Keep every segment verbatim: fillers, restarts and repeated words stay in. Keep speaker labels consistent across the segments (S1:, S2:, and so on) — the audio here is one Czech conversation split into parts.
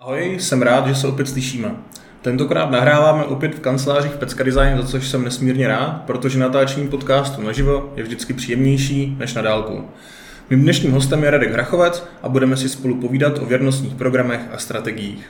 S1: Ahoj, jsem rád, že se opět slyšíme. Tentokrát nahráváme opět v kancelářích Pecka Design, za což jsem nesmírně rád, protože natáčení podcastu naživo je vždycky příjemnější než na dálku. Mým dnešním hostem je Radek Hrachovec a budeme si spolu povídat o věrnostních programech a strategiích.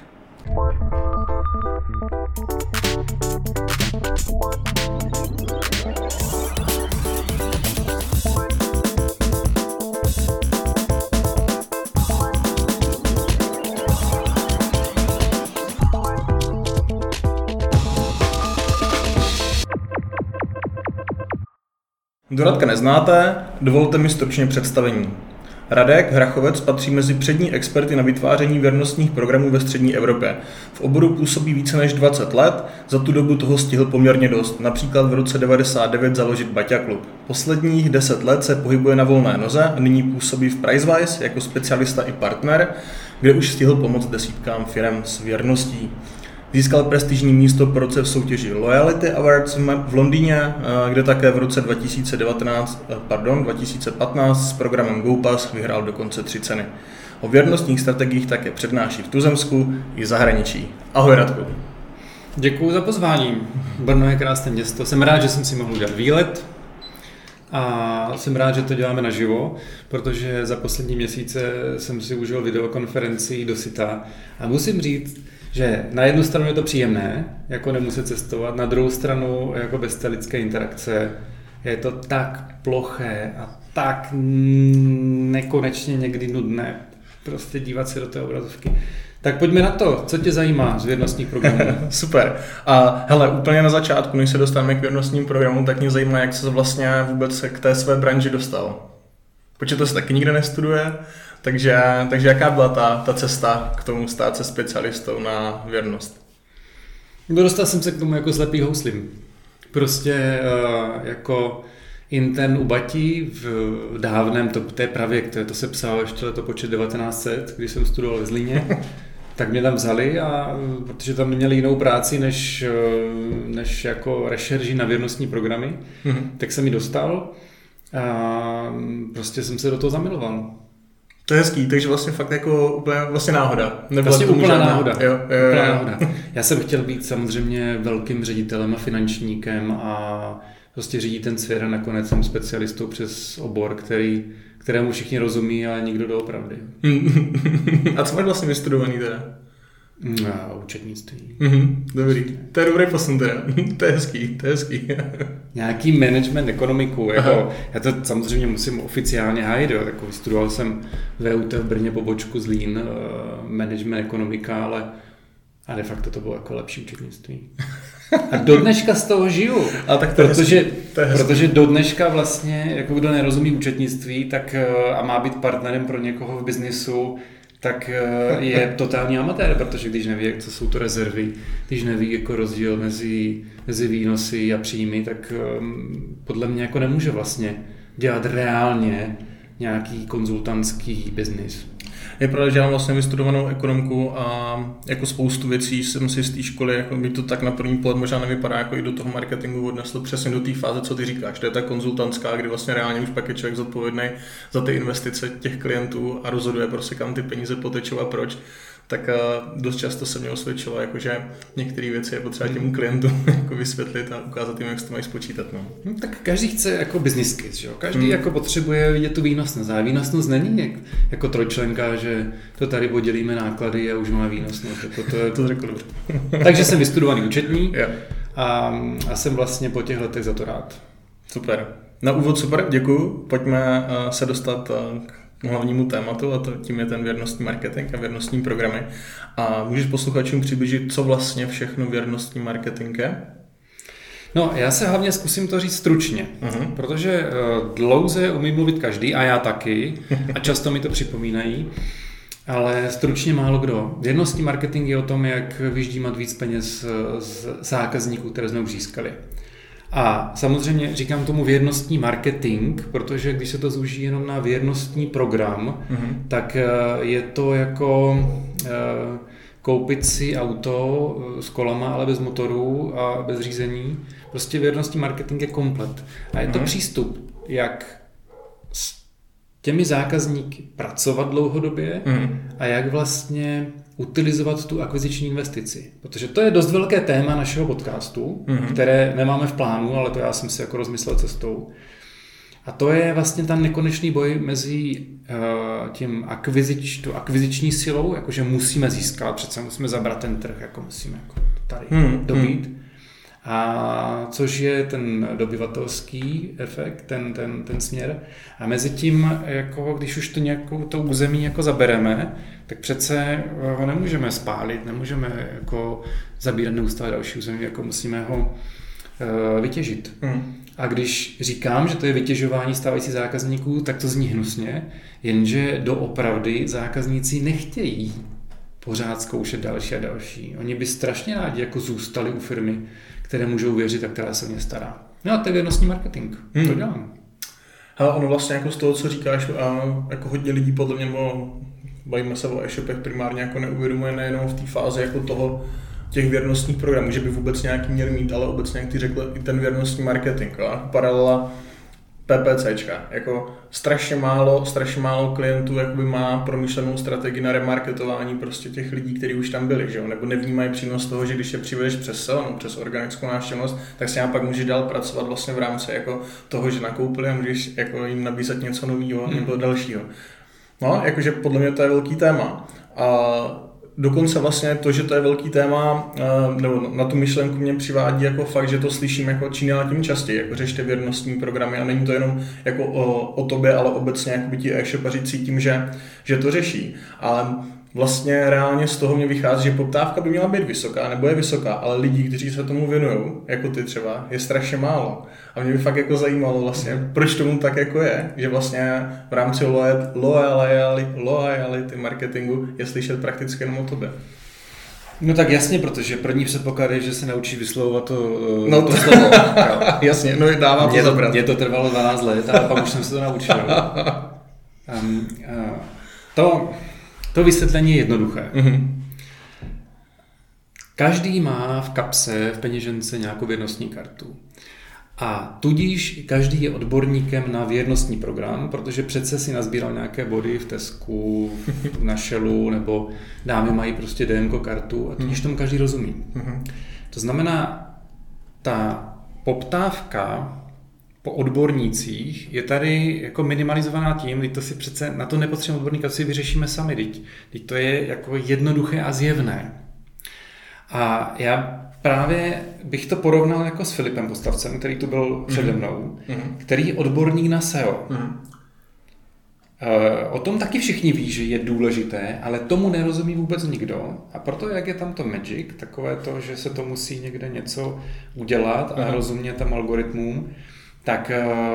S1: Kdo Radka neznáte, dovolte mi stručně představení. Radek Hrachovec patří mezi přední experty na vytváření věrnostních programů ve střední Evropě. V oboru působí více než dvacet let, za tu dobu toho stihl poměrně dost, například v roce devadesát devět založit Baťa Klub. Posledních deset let se pohybuje na volné noze a nyní působí v Pricewise jako specialista i partner, kde už stihl pomoct desítkám firem s věrností. Získal prestižní místo po roce v soutěži Loyalty Awards v Londýně, kde také v roce dva tisíce devatenáct, pardon, dva tisíce patnáct s programem GoPass vyhrál dokonce tři ceny. O věrnostních strategiích také přednáší v tuzemsku i zahraničí. Ahoj Radku.
S2: Děkuji za pozvání. Brno je krásné město. Jsem rád, že jsem si mohl udělat výlet a jsem rád, že to děláme naživo, protože za poslední měsíce jsem si užil videokonferenci do syta a musím říct, že na jednu stranu je to příjemné, jako nemuset cestovat, na druhou stranu jako bez té lidské interakce je to tak ploché a tak nekonečně někdy nudné prostě dívat se do té obrazovky. Tak pojďme na to, co tě zajímá z věrnostních programů.
S1: Super. A hele, úplně na začátku, než se dostaneme k věrnostním programům, tak mě zajímá, jak se vlastně vůbec k té své branži dostal. Protože to se taky nikde nestuduje, takže, takže jaká byla ta, ta cesta k tomu stát se specialistou na věrnost?
S2: Dostal jsem se k tomu jako slepý houslím. Prostě uh, jako intern u Batí v dávném, to, to je pravěk, to, to se psalo ještě letopočet devatenáct set, když jsem studoval ve Zlíně, tak mě tam vzali, a, protože tam neměli jinou práci než, než jako rešerži na věrnostní programy, mm-hmm. tak jsem ji dostal a prostě jsem se do toho zamiloval.
S1: To je hezký, takže vlastně fakt jako úplně vlastně náhoda.
S2: Nebyla vlastně úplná
S1: žádná
S2: náhoda.
S1: Jo, jo,
S2: úplná
S1: jo.
S2: náhoda. Já jsem chtěl být samozřejmě velkým ředitelem a finančníkem a prostě řídit ten svět a nakonec jsem specialistou přes obor, který, kterému všichni rozumí, ale nikdo doopravdy.
S1: A co máš vlastně vystudovaný teda?
S2: No, účetnictví.
S1: Mm-hmm, dobrý. To je dobrý posun teda. To je hezký, to je hezký.
S2: Nějaký management ekonomiku, jako, já to samozřejmě musím oficiálně hájit, jo, jako vystudoval jsem V U T v Brně pobočku Zlín, uh, management ekonomika, ale a de facto to bylo jako lepší účetnictví. A do dneška z toho žiju,
S1: a tak to
S2: protože,
S1: to
S2: protože do dneška vlastně, jako kdo nerozumí účetnictví, tak uh, a má být partnerem pro někoho v biznisu, tak je totální amatér, protože když neví, jak co jsou to rezervy, když neví jako rozdíl mezi, mezi výnosy a příjmy, tak um, podle mě jako nemůže vlastně dělat reálně nějaký konzultantský biznis.
S1: Je pravda, že mám vlastně vystudovanou ekonomku a jako spoustu věcí jsem si z té školy, jako mi to tak na první pohled možná nevypadá, jako i do toho marketingu odnesl přesně do té fáze, co ty říkáš. To je ta konzultantská, kdy vlastně reálně už pak je člověk zodpovědný za ty investice těch klientů a rozhoduje prostě, kam ty peníze potečou a proč. Tak dost často se mě osvědčilo, jakože některé věci je potřeba těm klientům jako vysvětlit a ukázat jim, jak to mají spočítat. No.
S2: No, tak každý chce jako business case, že jo? Každý hmm. jako potřebuje vidět tu výnosnost. A výnosnost není jak, jako trojčlenka, že to tady podělíme náklady a už máme výnosnost. Jako to, je,
S1: to řekl dobře.
S2: Takže jsem vystudovaný účetní
S1: yeah.
S2: a, a jsem vlastně po těch letech za to rád.
S1: Super. Na úvod super, děkuju. Pojďme se dostat k hlavnímu tématu, a to tím je ten věrnostní marketing a věrnostní programy. A můžeš posluchačům přiblížit, co vlastně všechno věrnostní marketing je?
S2: No, já se hlavně zkusím to říct stručně, uh-huh. protože uh, dlouze umí mluvit každý, a já taky, a často mi to připomínají, ale stručně málo kdo. Věrnostní marketing je o tom, jak vyždímat víc peněz z zákazníků, které jsme už získali. A samozřejmě říkám tomu věrnostní marketing, protože když se to zúží jenom na věrnostní program, mm-hmm. tak je to jako koupit si auto s kolama, ale bez motoru a bez řízení. Prostě věrnostní marketing je komplet. A je to mm-hmm. přístup, jak s těmi zákazníky pracovat dlouhodobě mm-hmm. a jak vlastně utilizovat tu akviziční investici. Protože to je dost velké téma našeho podcastu, mm-hmm. které nemáme v plánu, ale to já jsem si jako rozmyslel cestou. A to je vlastně ten nekonečný boj mezi uh, tím akvizič, tu akviziční silou, jakože musíme získat, přece musíme zabrat ten trh, jako musíme jako tady hmm, dobít. Hmm. A což je ten dobyvatelský efekt, ten, ten, ten směr. A mezi tím, jako, když už to nějakou to území jako zabereme, tak přece ho nemůžeme spálit, nemůžeme jako zabírat neustále další území, jako musíme ho uh, vytěžit. Hmm. A když říkám, že to je vytěžování stávajících zákazníků, tak to zní hnusně, jenže doopravdy zákazníci nechtějí pořád zkoušet další a další. Oni by strašně rádi jako zůstali u firmy, které můžou věřit a která se o ně stará. No a to je věrnostní marketing. Hmm. To dělám.
S1: Hele, ono vlastně jako z toho, co říkáš, a jako hodně lidí podle mě, bavíme se o e-shopech primárně, jako neuvědomuje nejenom v té fázi jako toho, těch věrnostních programů, že by vůbec nějaký měli mít, ale obecně, jak ty řekl, i ten věrnostní marketing. A paralela PPCčka. Jako strašně málo, strašně málo klientů jakoby má promyšlenou strategii na remarketování prostě těch lidí, kteří už tam byli, že jo? Nebo nevnímají přínos toho, že když je přivedeš přes S E O, no, přes organickou návštěvnost, tak si pak můžeš dál pracovat vlastně v rámci jako toho, že nakoupili a můžeš jako jim nabízet něco nového nebo dalšího. No, jakože podle mě to je velký téma. A dokonce vlastně to, že to je velký téma, nebo na tu myšlenku mě přivádí jako fakt, že to slyším jako čím dál tím častěji, jako řešte věrnostní programy a není to jenom jako o, o tobě, ale obecně jakoby ti e-shopaři cítím, že, že to řeší. Ale vlastně reálně z toho mě vychází, že poptávka by měla být vysoká, nebo je vysoká, ale lidí, kteří se tomu věnují, jako ty třeba, je strašně málo. A mě by fakt jako zajímalo vlastně, proč tomu tak jako je, že vlastně v rámci loyalty, loyalty marketingu je slyšet prakticky jenom o tobě.
S2: No tak jasně, protože první předpoklad je, že se naučí vyslovovat to,
S1: no to,
S2: to slovo.
S1: Jasně, no dává to zabrat.
S2: Mně to trvalo dvanáct let, ale pak už jsem se to naučil. Um, uh, to... To vysvětlení je jednoduché. Mm-hmm. Každý má v kapse, v peněžence nějakou věrnostní kartu. A tudíž každý je odborníkem na věrnostní program, protože přece si nazbíral nějaké body v Tesku, na Shellu, nebo dámy mají prostě D M ko kartu a tudíž tomu každý rozumí. Mm-hmm. To znamená, ta poptávka po odbornících je tady jako minimalizovaná tím, když to si přece na to nepotřebujeme odborníka, to si vyřešíme sami, teď, teď to je jako jednoduché a zjevné. A já právě bych to porovnal jako s Filipem Postavcem, který tu byl mm-hmm. přede mnou, mm-hmm. který je odborník na S E O. Mm-hmm. O tom taky všichni ví, že je důležité, ale tomu nerozumí vůbec nikdo. A proto, jak je tam to magic, takové to, že se to musí někde něco udělat a mm-hmm. rozumět tam algoritmům, tak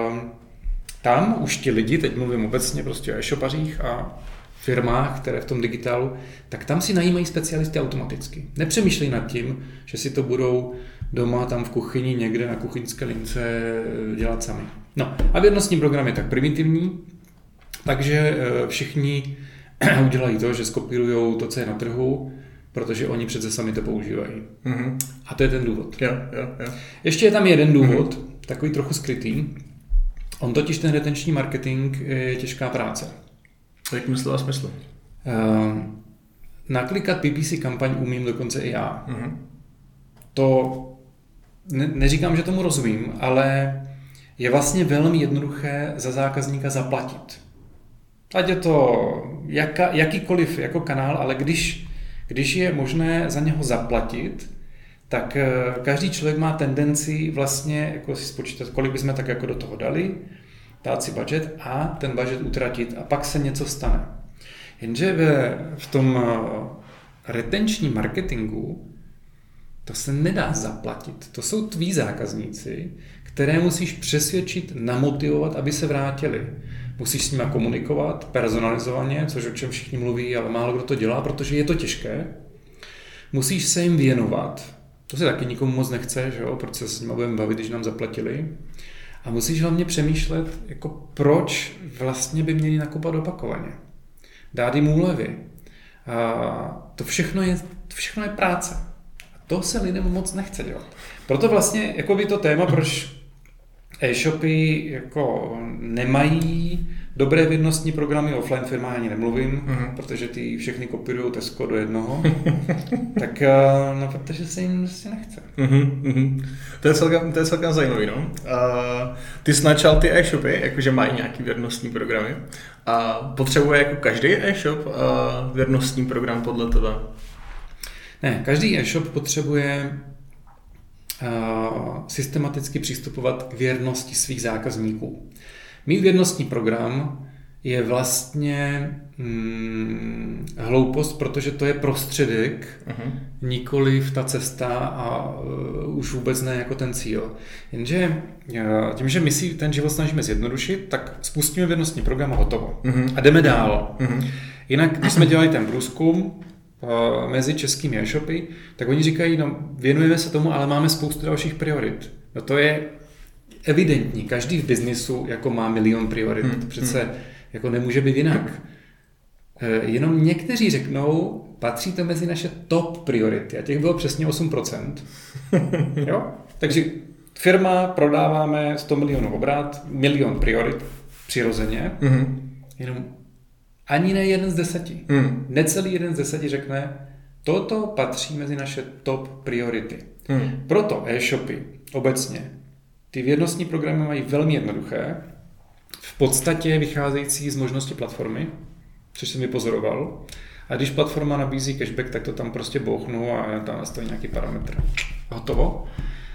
S2: tam už ti lidi, teď mluvím obecně prostě o e-shopařích a firmách, které v tom digitálu, tak tam si najímají specialisty automaticky. Nepřemýšlej nad tím, že si to budou doma tam v kuchyni někde na kuchyňské lince dělat sami. No a věrnostní program je tak primitivní, takže všichni udělají to, že skopírujou to, co je na trhu, protože oni přece sami to používají. Mm-hmm. A to je ten důvod.
S1: Jo, jo, jo.
S2: Ještě je tam jeden důvod, mm-hmm. takový trochu skrytý. On totiž ten retenční marketing je těžká práce.
S1: Jak myslel a smysl?
S2: Uh, naklikat P P C kampaň umím dokonce i já. Mm-hmm. To ne, neříkám, že tomu rozumím, ale je vlastně velmi jednoduché za zákazníka zaplatit. Ať je to jaka, jakýkoliv jako kanál, ale když, když je možné za něho zaplatit, tak každý člověk má tendenci vlastně jako si spočítat, kolik bychom tak jako do toho dali, dát si budget a ten budget utratit a pak se něco stane. Jenže ve, v tom retenčním marketingu to se nedá zaplatit. To jsou tví zákazníci, které musíš přesvědčit, namotivovat, aby se vrátili. Musíš s nimi komunikovat personalizovaně, což o čem všichni mluví, ale málo kdo to dělá, protože je to těžké. Musíš se jim věnovat. To se taky nikomu moc nechce, že jo? Proč se s nimi budeme bavit, když nám zaplatili. A musíš hlavně přemýšlet, jako proč vlastně by měli nakupovat opakovaně. Dát jim úlevy. A to všechno je, to všechno je práce. A to se lidem moc nechce dělat. Proto vlastně jako by to téma, proč e-shopy jako nemají Dobré věrnostní programy offline firmách ani nemluvím,
S1: uh-huh.
S2: protože ty všechny kopírují Tesco do jednoho. Tak no, protože se jim prostě nechce.
S1: Uh-huh, uh-huh. To je celkem, to je celkem zajímavý, no. Uh, ty jsi načal ty e-shopy, jakože mají nějaký věrnostní programy. A potřebuje jako každý e-shop uh, věrnostní program podle tebe?
S2: Ne, každý e-shop potřebuje uh, systematicky přistupovat k věrnosti svých zákazníků. Mít věrnostní program je vlastně hmm, hloupost, protože to je prostředek, uh-huh. nikoliv ta cesta a uh, už vůbec ne jako ten cíl. Jenže uh, tím, že my si ten život snažíme zjednodušit, tak spustíme věrnostní program a hotovo. Uh-huh. A jdeme dál. Uh-huh. Jinak, když jsme dělali ten průzkum uh, mezi českými e-shopy, tak oni říkají, no věnujeme se tomu, ale máme spoustu dalších priorit. No to je evidentní. Každý v biznisu jako má milion priorit. Hmm. Přece hmm. jako nemůže být jinak. E, jenom někteří řeknou, patří to mezi naše top priority. A těch bylo přesně osm procent. Jo? Takže firma, prodáváme sto milionů obrat, milion priorit přirozeně. Hmm. Jenom ani ne jeden z deseti. Hmm. Necelý jeden z deseti řekne, toto patří mezi naše top priority. Hmm. Proto e-shopy obecně ty věrnostní programy mají velmi jednoduché, v podstatě vycházející z možnosti platformy, což jsem vypozoroval. A když platforma nabízí cashback, tak to tam prostě bouchnu a tam nastaví nějaký parametr. Hotovo.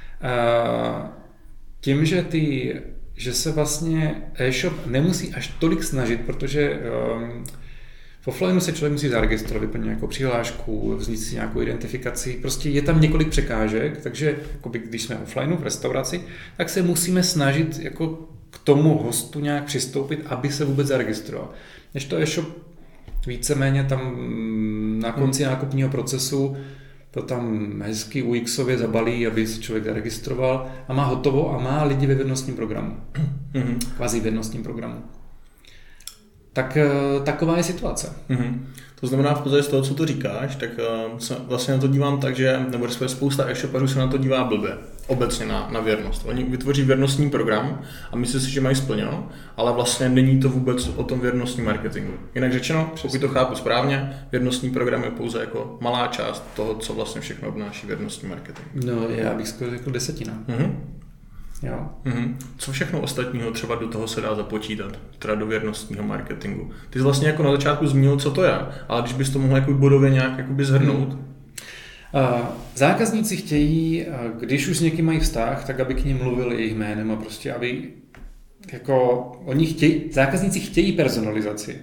S2: A tím, že, ty, že se vlastně e-shop nemusí až tolik snažit, protože um, v offlineu se člověk musí zaregistrovat, vyplnit nějakou přihlášku, vzít si nějakou identifikaci. Prostě je tam několik překážek, takže jakoby, když jsme offlineu v restauraci, tak se musíme snažit jako k tomu hostu nějak přistoupit, aby se vůbec zaregistroval. Než to e-shop víceméně tam na konci hmm. nákupního procesu to tam hezky U X-ově zabalí, aby se člověk zaregistroval a má hotovo a má lidi ve věrnostním programu. Hmm. Kvazi věrnostním programu. Tak taková je situace.
S1: Mm-hmm. To znamená v podstatě z toho, co to říkáš, tak uh, se vlastně na to dívám tak, že nebo spousta e-shopařů se na to dívá blbě, obecně na, na věrnost. Oni vytvoří věrnostní program a myslí si, že mají splněno, ale vlastně není to vůbec o tom věrnostním marketingu. Jinak řečeno, pokud to chápu správně, věrnostní program je pouze jako malá část toho, co vlastně všechno obnáší věrnostní marketing.
S2: No, já bych skoro řekl desetina.
S1: Mm-hmm.
S2: Jo.
S1: Mm-hmm. Co všechno ostatního třeba do toho se dá započítat, teda do věrnostního marketingu? Ty jsi vlastně jako na začátku zmínil, co to je, ale když bys to mohl jako bodově nějak jakoby zhrnout.
S2: Mm. Zákazníci chtějí, když už s někým mají vztah, tak aby k ním mluvili jejich jménem a prostě aby jako oni chtějí, zákazníci chtějí personalizaci.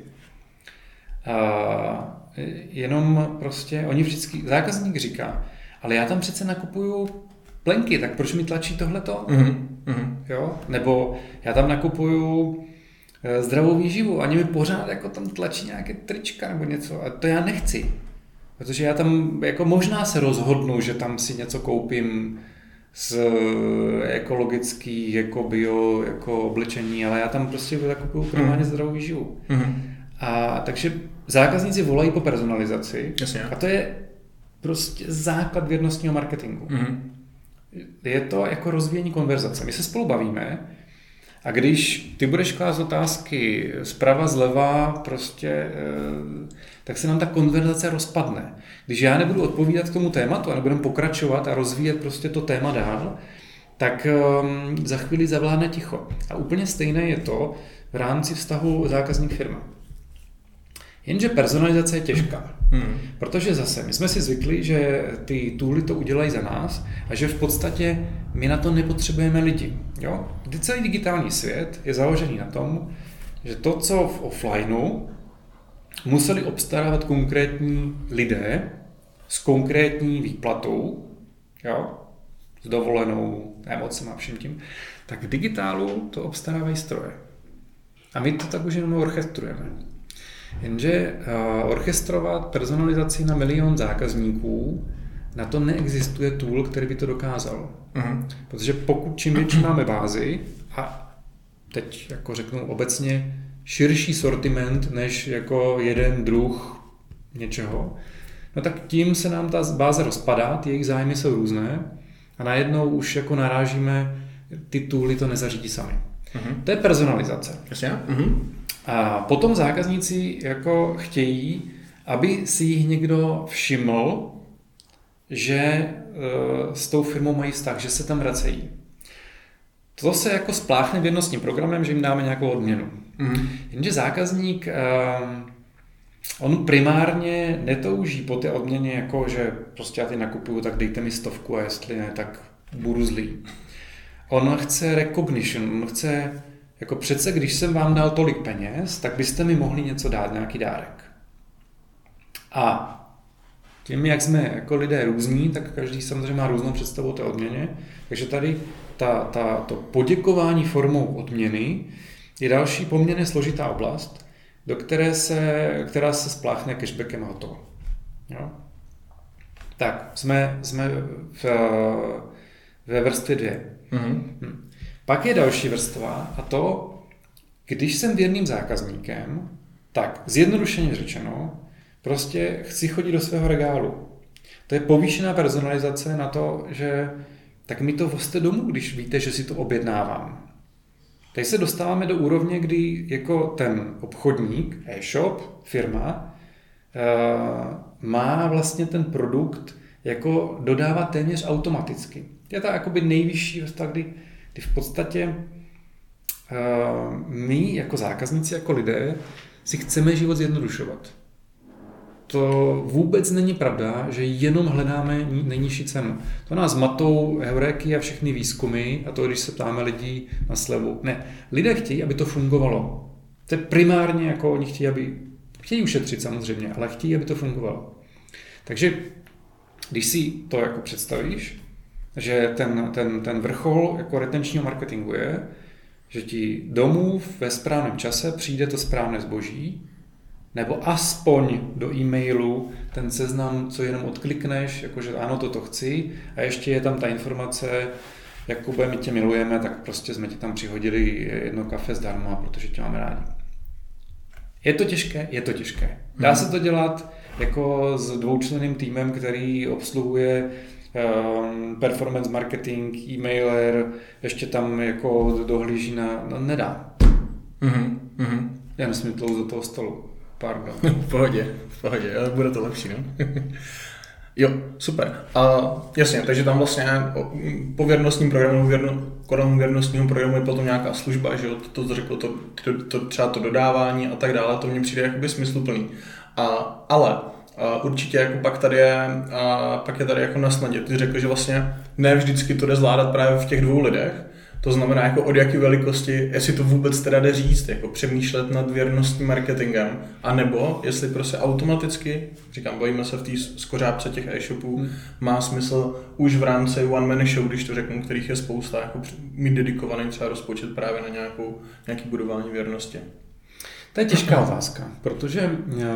S2: A jenom prostě oni vždycky, zákazník říká, ale já tam přece nakupuju plenky, tak proč mi tlačí tohleto? Mm-hmm. Jo? Nebo já tam nakupuju zdravou výživu, ani mi pořád jako tam tlačí nějaké trička nebo něco a to já nechci. Protože já tam jako možná se rozhodnu, že tam si něco koupím z ekologických, jako bio, jako oblečení, ale já tam prostě nakupuju primárně zdravou výživu. Mm-hmm. A takže zákazníci volají po personalizaci.
S1: Jasně.
S2: A to je prostě základ věrnostního marketingu. Mm-hmm. Je to jako rozvíjení konverzace. My se spolu bavíme a když ty budeš klást otázky zprava, zleva, prostě, tak se nám ta konverzace rozpadne. Když já nebudu odpovídat k tomu tématu a nebudeme pokračovat a rozvíjet prostě to téma dál, tak um, za chvíli zavládne ticho. A úplně stejné je to v rámci vztahu zákazník-firma. Jenže personalizace je těžká, hmm. protože zase my jsme si zvykli, že ty tooly to udělají za nás a že v podstatě my na to nepotřebujeme lidi. Jo? Kdy celý digitální svět je založený na tom, že to, co v offlineu museli obstarávat konkrétní lidé s konkrétní výplatou, jo? S dovolenou, nemocem a všem tím, tak v digitálu to obstarávají stroje. A my to tak už jenom orchestrujeme. Jenže uh, orchestrovat personalizaci na milion zákazníků, na to neexistuje tool, který by to dokázal. Uh-huh. Protože pokud čím větší máme bázi a teď jako řeknu obecně širší sortiment než jako jeden druh něčeho, no tak tím se nám ta báze rozpadá, ty jejich zájmy jsou různé a najednou už jako narážíme, ty tooly to nezařídí sami. Uh-huh. To je personalizace.
S1: Jasně? Uh-huh.
S2: A potom zákazníci jako chtějí, aby si jich někdo všiml, že s tou firmou mají vztah, že se tam vracejí. To se jako spláchne věrnostním programem, že jim dáme nějakou odměnu. Mm. Jenže zákazník, on primárně netouží po té odměně, jako že prostě já ty nakupuju, tak dejte mi stovku a jestli ne, tak budu zlý. On chce recognition, on chce, jako přece, když jsem vám dal tolik peněz, tak byste mi mohli něco dát, nějaký dárek. A tím, jak jsme jako lidé různí, tak každý samozřejmě má různou představu o té odměně, takže tady ta, ta, to poděkování formou odměny je další poměrně složitá oblast, do které se, která se spláchne cashbackem a hotovo. Jo? Tak, jsme, jsme v, ve vrstvě dvě. Mm-hmm. Hm. Pak je další vrstva a to, když jsem věrným zákazníkem, tak zjednodušeně řečeno, prostě chci chodit do svého regálu. To je povýšená personalizace na to, že tak mi to vozte domů, když víte, že si to objednávám. Tady se dostáváme do úrovně, kdy jako ten obchodník, e-shop, firma, má vlastně ten produkt jako dodává téměř automaticky. Je to jakoby nejvyšší vrstva, kdy, kdy v podstatě my jako zákazníci, jako lidé si chceme život zjednodušovat. To vůbec není pravda, že jenom hledáme nejnižší cenu. To nás matou heuréky a všechny výzkumy a to, když se ptáme lidí na slevu. Ne, lidé chtějí, aby to fungovalo. To je primárně jako oni chtějí, aby chtějí ušetřit samozřejmě, ale chtějí, aby to fungovalo. Takže když si to jako představíš, že ten, ten, ten vrchol jako retenčního marketingu je, že ti domů ve správném čase přijde to správné zboží, nebo aspoň do e-mailu ten seznam, co jenom odklikneš, jakože ano, toto chci, a ještě je tam ta informace, Jakube, my tě milujeme, tak prostě jsme ti tam přihodili jedno kafe zdarma, protože tě máme rádi. Je to těžké? Je to těžké. Dá hmm. se to dělat jako s dvoučlenným týmem, který obsluhuje um, performance marketing, e-mailer, ještě tam jako dohlíží na... No, nedá.
S1: Hmm. Hmm.
S2: Já nesmím tlouz do toho stolu. Pardon.
S1: V pohodě, v pohodě, ale bude to lepší, no? Jo, super. A jasně, takže tam vlastně po věrnostním programu, věrno, kolem věrnostního programu je potom nějaká služba, že jo, to, to řekl, to, to, to, třeba to dodávání a tak dále, to mně přijde jakoby smysluplný. A, ale a určitě jako pak tady je, a pak je tady jako na snadě. Ty řekl, že vlastně ne vždycky to jde zvládat právě v těch dvou lidech. To znamená, jako od jaké velikosti, jestli to vůbec teda jde říct, jako přemýšlet nad věrnostním marketingem, anebo jestli prostě automaticky, říkám, bojíme se v té skořápce těch e-shopů, hmm. má smysl už v rámci one man show, když to řeknu, kterých je spousta, jako mít dedikovaný třeba rozpočet právě na nějakou, nějaký budování věrnosti.
S2: To je těžká otázka, protože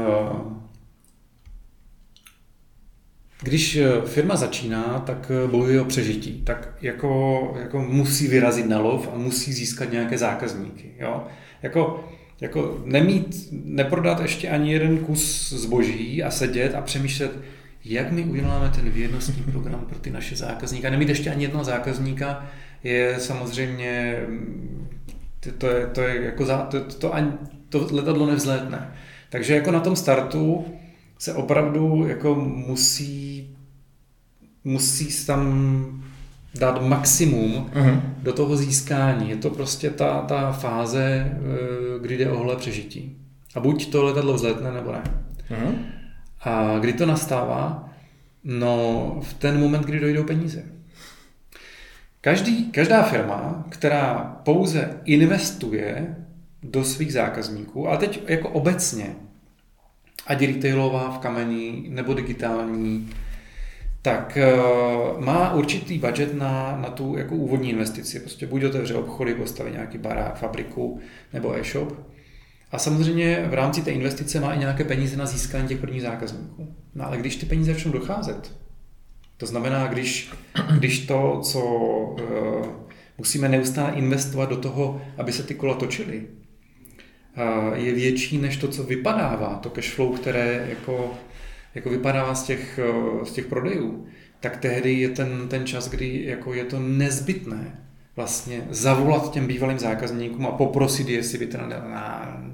S2: když firma začíná, tak bojuje o přežití, tak jako, jako musí vyrazit na lov a musí získat nějaké zákazníky. Jo? Jako, jako nemít, neprodat ještě ani jeden kus zboží a sedět a přemýšlet, jak my uděláme ten věrnostní program pro ty naše zákazníky. A nemít ještě ani jednoho zákazníka je samozřejmě, to je, to je jako, to, to, ani, to letadlo nevzlétne. Takže jako na tom startu se opravdu jako musí, musí tam dát maximum uh-huh. do toho získání. Je to prostě ta, ta fáze, kdy jde o holé přežití. A buď to letadlo vzletne, nebo ne. Uh-huh. A kdy to nastává? No v ten moment, kdy dojdou peníze. Každý, každá firma, která pouze investuje do svých zákazníků, ale teď jako obecně, ať retailová v kamení nebo digitální, tak uh, má určitý budget na, na tu jako úvodní investici. Prostě buď otevře obchody, postaví nějaký barák, fabriku nebo e-shop. A samozřejmě v rámci té investice má i nějaké peníze na získání těch prvních zákazníků. No ale když ty peníze začnou docházet, to znamená, když, když to, co uh, musíme neustále investovat do toho, aby se ty kola točily, je větší než to, co vypadává, to cash flow, které jako, jako vypadává z těch, z těch prodejů, tak tehdy je ten, ten čas, kdy jako je to nezbytné vlastně zavolat těm bývalým zákazníkům a poprosit, jestli by teda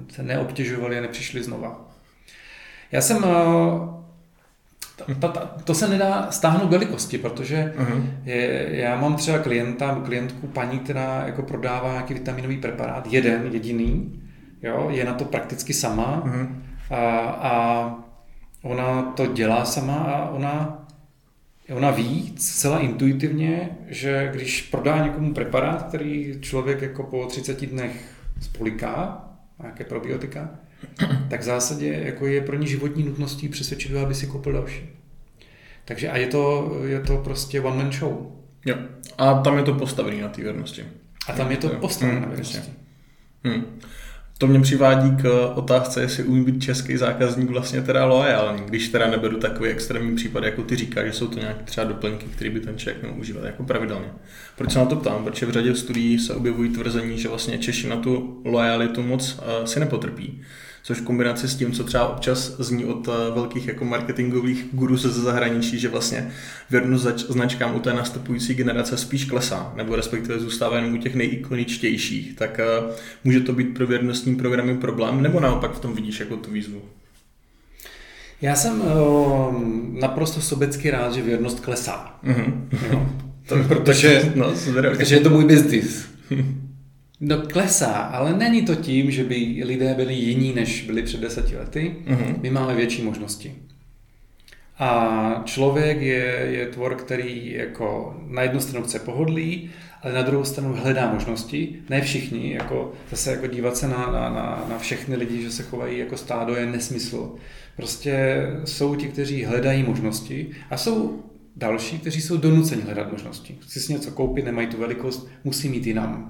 S2: se neobtěžovali a nepřišli znova. Já jsem, ta, ta, to se nedá stáhnout velikosti, protože uh-huh. je, já mám třeba klienta, klientku, paní, která jako prodává nějaký vitaminový preparát, jeden, jediný, jo, je na to prakticky sama uh-huh. a, a ona to dělá sama a ona Ona ví zcela intuitivně, že když prodá někomu preparát, který člověk jako po třiceti dnech spoliká, nějaké probiotika, tak v zásadě jako je pro ní životní nutností přesvědčit ho, aby si koupil další. Takže a je to, je to prostě one man show.
S1: Jo. A tam je to postavený na té věrnosti.
S2: A tam je to postavené na věrnosti.
S1: Hmm. To mě přivádí k otázce, jestli umí být český zákazník vlastně teda loajální, když teda neberu takový extrémní případ, jako ty říkáš, že jsou to nějaké třeba doplňky, které by ten člověk měl užívat jako pravidelně. Proč se na to ptám? Protože v řadě studií se objevují tvrzení, že vlastně Češi na tu loajalitu moc uh, si nepotrpí. Což v kombinaci s tím, co třeba občas zní od velkých jako marketingových gurů ze zahraničí, že vlastně věrnost značkám u té nastupující generace spíš klesá, nebo respektive zůstává jen u těch nejikoničtějších, tak může to být pro věrnostní programy problém, nebo naopak v tom vidíš jako tu výzvu?
S2: Já jsem uh, naprosto sobecky rád, že věrnost klesá. Mm-hmm. No, to, protože, no, protože je to můj biznis. No klesá, ale není to tím, že by lidé byli jiní, než byli před deseti lety. Mm-hmm. My máme větší možnosti. A člověk je, je tvor, který jako na jednu stranu chce pohodlí, ale na druhou stranu hledá možnosti. Ne všichni, jako zase jako dívat se na, na, na, na všechny lidi, že se chovají jako stádo, je nesmysl. Prostě jsou ti, kteří hledají možnosti a jsou další, kteří jsou donuceni hledat možnosti. Chci si něco koupit, nemají tu velikost, musí mít jinam.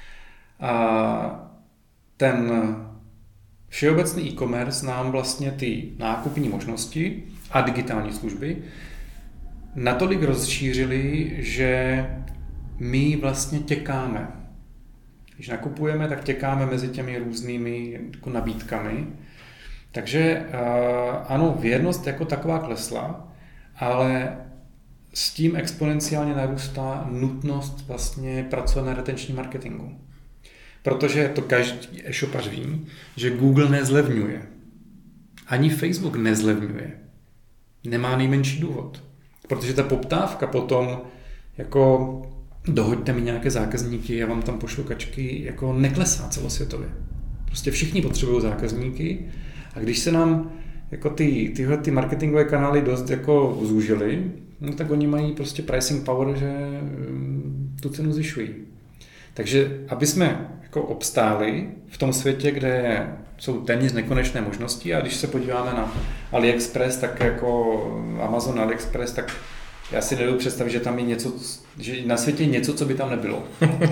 S2: A ten všeobecný e-commerce nám vlastně ty nákupní možnosti a digitální služby natolik rozšířili, že my vlastně těkáme. Když nakupujeme, tak těkáme mezi těmi různými jako nabídkami. Takže ano, věrnost jako taková klesla, ale s tím exponenciálně narůstá nutnost vlastně pracovat na retenčním marketingu. Protože to každý e-shopař ví, že Google nezlevňuje. Ani Facebook nezlevňuje. Nemá nejmenší důvod. Protože ta poptávka potom, jako dohoďte mi nějaké zákazníky, já vám tam pošlu kačky, jako neklesá celosvětově. Prostě všichni potřebují zákazníky a když se nám jako ty, tyhle ty marketingové kanály dost jako zúžily, no tak oni mají prostě pricing power, že tu cenu zvyšují. Takže aby jsme jako obstáli v tom světě, kde jsou téměř nekonečné možnosti a když se podíváme na AliExpress, tak jako Amazon AliExpress, tak já si nedovedu představit, že tam je něco, že na světě je něco, co by tam nebylo.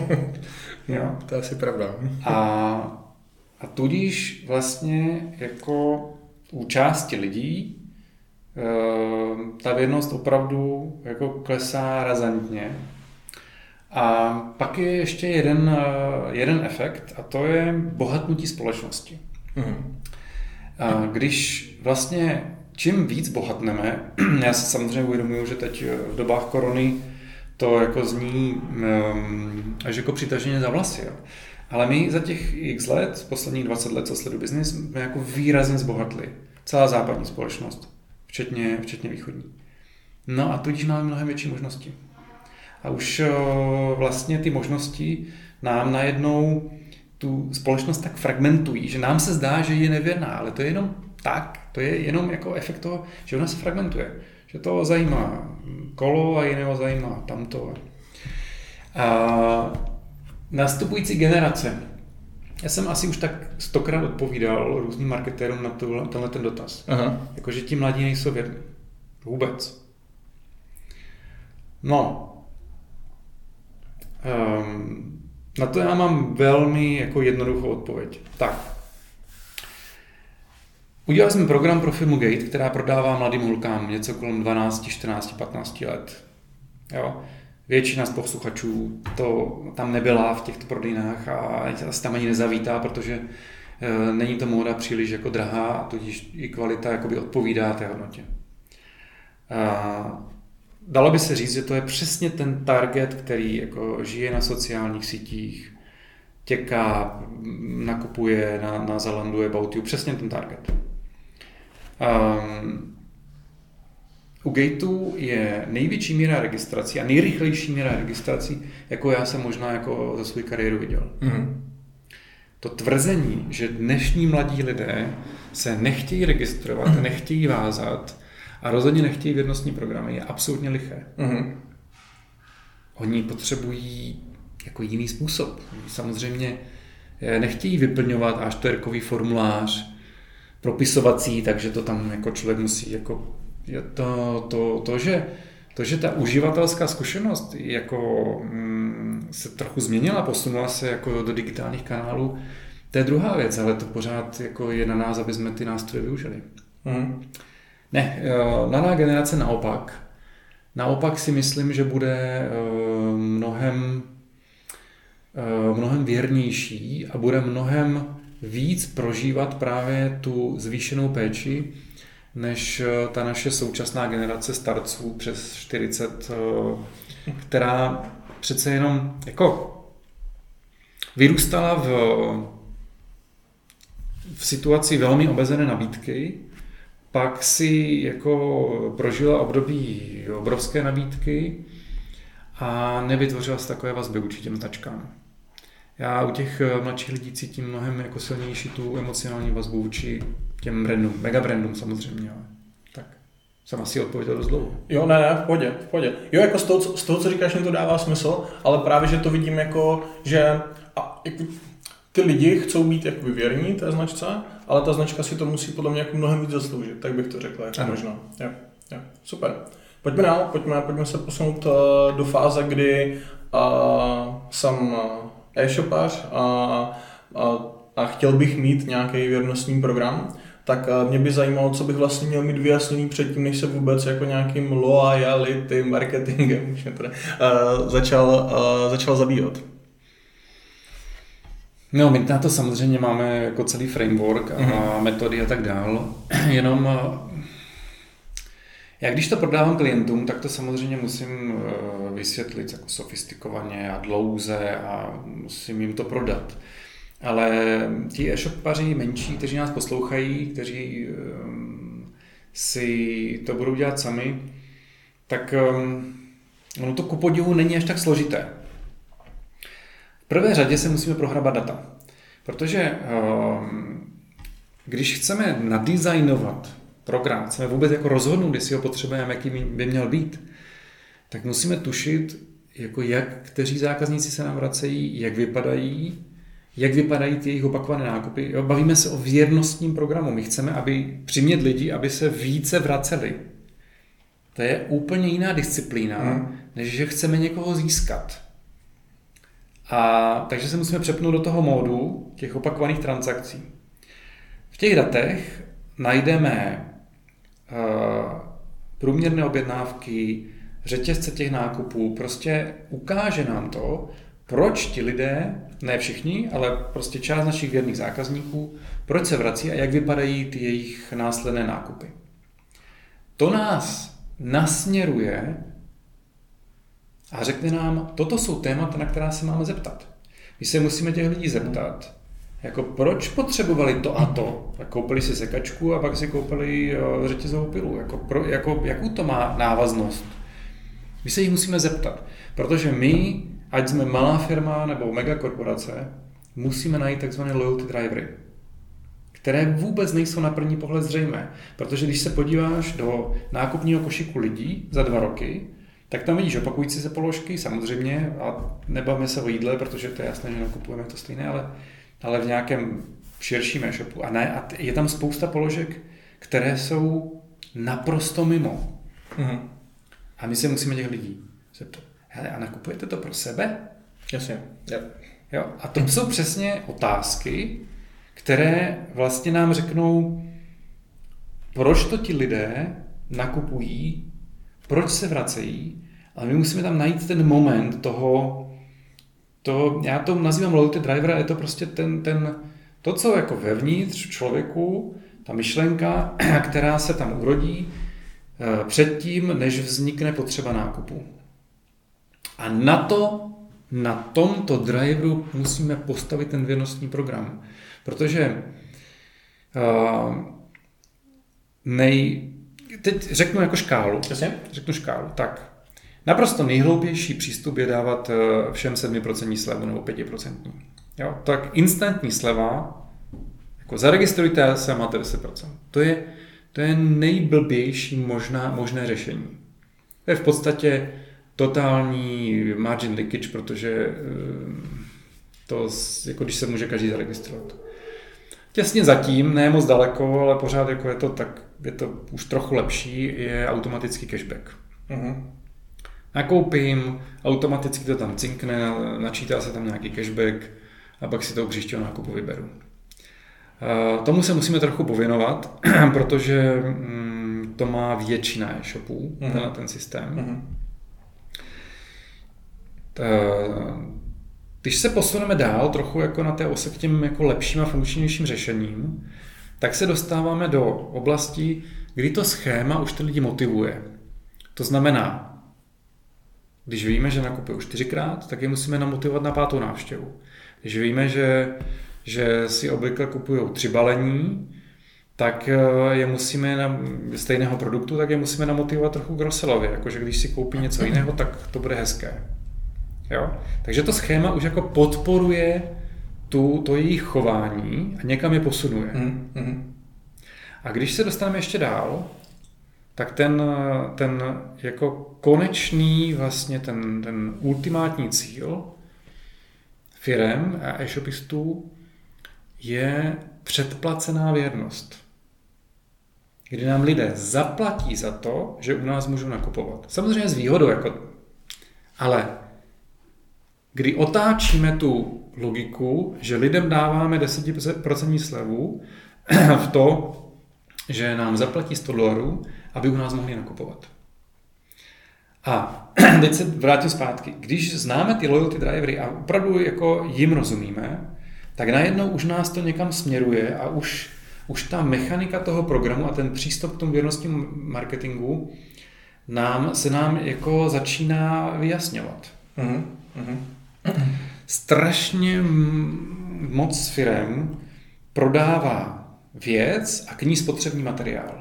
S1: Jo? To je asi pravda.
S2: A, a tudíž vlastně jako u části lidí e, ta věrnost opravdu jako klesá razantně. A pak je ještě jeden, jeden efekt a to je bohatnutí společnosti. Mm. A když vlastně čím víc bohatneme, já se samozřejmě uvědomuji, že teď v dobách korony to jako zní um, až jako přitaženě za vlasy. Jo. Ale my za těch x let, posledních dvacet let, co sleduju biznis, jsme jako výrazně zbohatli. Celá západní společnost, včetně, včetně východní. No a tudíž máme mnohem větší možnosti. A už vlastně ty možnosti nám najednou tu společnost tak fragmentují, že nám se zdá, že je nevěrná, ale to je jenom tak, to je jenom jako efekt toho, že ona se fragmentuje. Že to zajímá kolo a jiného zajímá tamto. A nastupující generace. Já jsem asi už tak stokrát odpovídal různým marketérům na tenhle ten dotaz. Aha. Jako, že ti mladí nejsou věrní. Vůbec. No, Um, na to já mám velmi jako jednoduchou odpověď. Tak. Udělali jsme program pro firmu Gate, která prodává mladým holkám něco kolem dvanáct, čtrnáct, patnáct let. Jo? Většina z posluchačů to tam nebyla v těchto prodejnách a se tam ani nezavítá, protože e, není to móda příliš jako drahá a tudíž i kvalita jakoby odpovídá té hodnotě. A dalo by se říct, že to je přesně ten target, který jako žije na sociálních sítích, těká, nakupuje na, na Zalandu, About You, přesně ten target. Um, u Gateu je největší míra registrací a nejrychlejší míra registrací, jako já jsem možná jako za svou kariéru viděl. Mm-hmm. To tvrzení, že dnešní mladí lidé se nechtějí registrovat, mm-hmm. nechtějí vázat a rozhodně nechtějí věrnostní programy, je absolutně liché. Mm-hmm. Oni potřebují jako jiný způsob. Samozřejmě nechtějí vyplňovat á čtyřkový formulář propisovací, takže to tam jako člověk musí jako to, to, to, že, to, že ta uživatelská zkušenost jako mm, se trochu změnila, posunula se jako do digitálních kanálů, to je druhá věc, ale to pořád jako je na nás, aby jsme ty nástroje využili. Mm. Ne, mladá generace naopak. Naopak si myslím, že bude mnohem, mnohem věrnější a bude mnohem víc prožívat právě tu zvýšenou péči, než ta naše současná generace starců přes čtyřicet, která přece jenom jako vyrůstala v, v situaci velmi omezené nabídky, pak si jako prožila období obrovské nabídky a nevytvořila se takové vazby vůči těm značkám. Já u těch mladších lidí cítím mnohem jako silnější tu emocionální vazbu vůči těm brandům, megabrandům samozřejmě. Ale tak jsem asi odpověděl dost dlouho.
S1: Jo, ne, ne, v pohodě, v pohodě. Jo, jako z toho, z toho, co říkáš, mi to dává smysl, ale právě, že to vidím jako, že a, jako, ty lidi chcou být jako věrní té značce, ale ta značka si to musí podle mě jako mnohem víc zasloužit, tak bych to řekl, jako možná. Jo, jo, super. Pojďme dál, pojďme, pojďme se posunout uh, do fáze, kdy uh, jsem uh, e-shopař a, a, a chtěl bych mít nějaký věrnostní program, tak uh, mě by zajímalo, co bych vlastně měl mít vyjasněný předtím, než se vůbec jako nějakým loyalty marketingem teda, uh, začal, uh, začal zabývat.
S2: No, my na to samozřejmě máme jako celý framework a mm-hmm. metody a tak dál, jenom já když to prodávám klientům, tak to samozřejmě musím vysvětlit jako sofistikovaně a dlouze a musím jim to prodat. Ale ti e-shopaři menší, kteří nás poslouchají, kteří um, si to budou dělat sami, tak um, ono to ku podivu není až tak složité. V prvé řadě se musíme prohrabat data, protože um, když chceme nadizajnovat program, chceme vůbec jako rozhodnout, jestli ho potřebujeme, jaký by měl být, tak musíme tušit, jako jak, kteří zákazníci se nám vracejí, jak vypadají, jak vypadají ty jejich opakované nákupy. Jo, bavíme se o věrnostním programu. My chceme, aby přimět lidi, aby se více vraceli. To je úplně jiná disciplína, hmm. než že chceme někoho získat. A takže se musíme přepnout do toho módu těch opakovaných transakcí. V těch datech najdeme uh, průměrné objednávky, řetězce těch nákupů, prostě ukáže nám to, proč ti lidé, ne všichni, ale prostě část našich věrných zákazníků, proč se vrací a jak vypadají ty jejich následné nákupy. To nás nasměruje a řekne nám, toto jsou témata, na která se máme zeptat. My se musíme těch lidí zeptat, jako proč potřebovali to a to. Koupili si sekačku a pak si koupili řetězovou pilu. Jako pro, jako, jakou to má návaznost? My se jich musíme zeptat, protože my, ať jsme malá firma nebo megakorporace, musíme najít takzvané loyalty drivery, které vůbec nejsou na první pohled zřejmé. Protože když se podíváš do nákupního košíku lidí za dva roky, tak tam vidíš opakující se položky, samozřejmě, a nebavíme se o jídle, protože to je jasné, že nakupujeme to stejné, ale, ale v nějakém širším e-shopu. A, ne, a je tam spousta položek, které jsou naprosto mimo. Mm-hmm. A my se musíme těch lidí zeptat. Hele, a nakupujete to pro sebe?
S1: Jasně. Yep.
S2: Jo, a to jsou přesně otázky, které vlastně nám řeknou, proč to ti lidé nakupují, proč se vracejí, ale my musíme tam najít ten moment toho, to, já to nazývám loyalty driver, je to prostě ten, ten, to, co jako vevnitř v člověku, ta myšlenka, která se tam urodí předtím, než vznikne potřeba nákupu. A na to na tomto driveru musíme postavit ten věrnostní program. Protože uh, nej... Teď řeknu jako škálu.
S1: Jasně?
S2: Řeknu škálu. Tak. Naprosto nejhloupější přístup je dávat všem sedm procent slevu nebo pět procent. Jo? Tak instantní sleva, jako zaregistrujte se a máte deset procent. To je, to je nejblbější možná, možné řešení. To je v podstatě totální margin leakage, protože to, jako když se může každý zaregistrovat. Těsně zatím, ne moc daleko, ale pořád jako je to tak, je to už trochu lepší, je automatický cashback. Uh-huh. Nakoupím, automaticky to tam cinkne, načítá se tam nějaký cashback a pak si toho příštího nákupu vyberu. Uh, tomu se musíme trochu pověnovat, protože um, to má většina e-shopů, uh-huh. ten, ten systém. Uh-huh. Uh, Když se posuneme dál trochu jako na té ose k těm jako lepším a funkčnějším řešením, tak se dostáváme do oblasti, kdy to schéma už ty lidi motivuje. To znamená, když víme, že nakupují čtyřikrát, tak je musíme namotivovat na pátou návštěvu. Když víme, že, že si obvykle kupují tři balení, tak je musíme na stejného produktu, tak je musíme namotivovat trochu k cross-sellovi. Jakože když si koupí něco jiného, tak to bude hezké. Jo? Takže to schéma už jako podporuje tu, to jejich chování a někam je posunuje. Mm, mm. A když se dostaneme ještě dál, tak ten, ten jako konečný vlastně ten, ten ultimátní cíl firem a e-shopistů je předplacená věrnost. Kdy nám lidé zaplatí za to, že u nás můžou nakupovat. Samozřejmě s výhodou, jako, ale kdy otáčíme tu logiku, že lidem dáváme deset procent slevu v to, že nám zaplatí sto dolarů, aby u nás mohli nakupovat. A teď se vrátím zpátky. Když známe ty loyalty drivery a opravdu jako jim rozumíme, tak najednou už nás to někam směruje a už, už ta mechanika toho programu a ten přístup k tomu věrnostnímu marketingu nám, se nám jako začíná vyjasňovat. Mm-hmm. Strašně moc firem prodává věc a k ní spotřební materiál.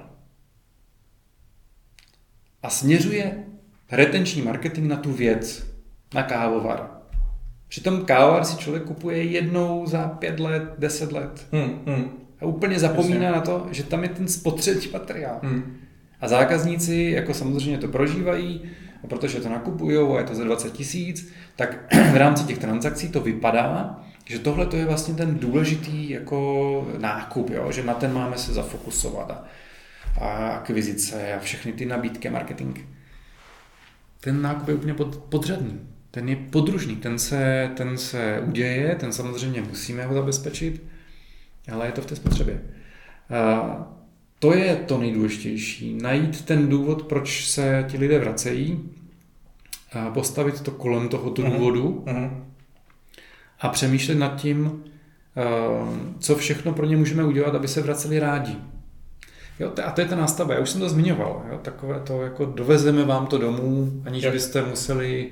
S2: A směřuje retenční marketing na tu věc, na kávovar. Přitom kávovar si člověk kupuje jednou za pět let, deset let. Hmm, hmm. A úplně zapomíná Jasně. na to, že tam je ten spotřební materiál. Hmm. A zákazníci jako samozřejmě to prožívají, a protože to nakupujou a je to za dvacet tisíc, tak v rámci těch transakcí to vypadá, že tohle to je vlastně ten důležitý jako nákup, jo? Že na ten máme se zafokusovat a, a akvizice a všechny ty nabídky, marketing. Ten nákup je úplně pod, podřadný, ten je podružný, ten se, ten se uděje, ten samozřejmě musíme ho zabezpečit, ale je to v té spotřebě. A to je to nejdůležitější, najít ten důvod, proč se ti lidé vracejí, a postavit to kolem tohoto uh-huh. důvodu uh-huh. a přemýšlet nad tím, co všechno pro ně můžeme udělat, aby se vraceli rádi. Jo, a to je ta nástavba, já už jsem to zmiňoval, jo, takové to, jako dovezeme vám to domů, aniž jo. byste museli,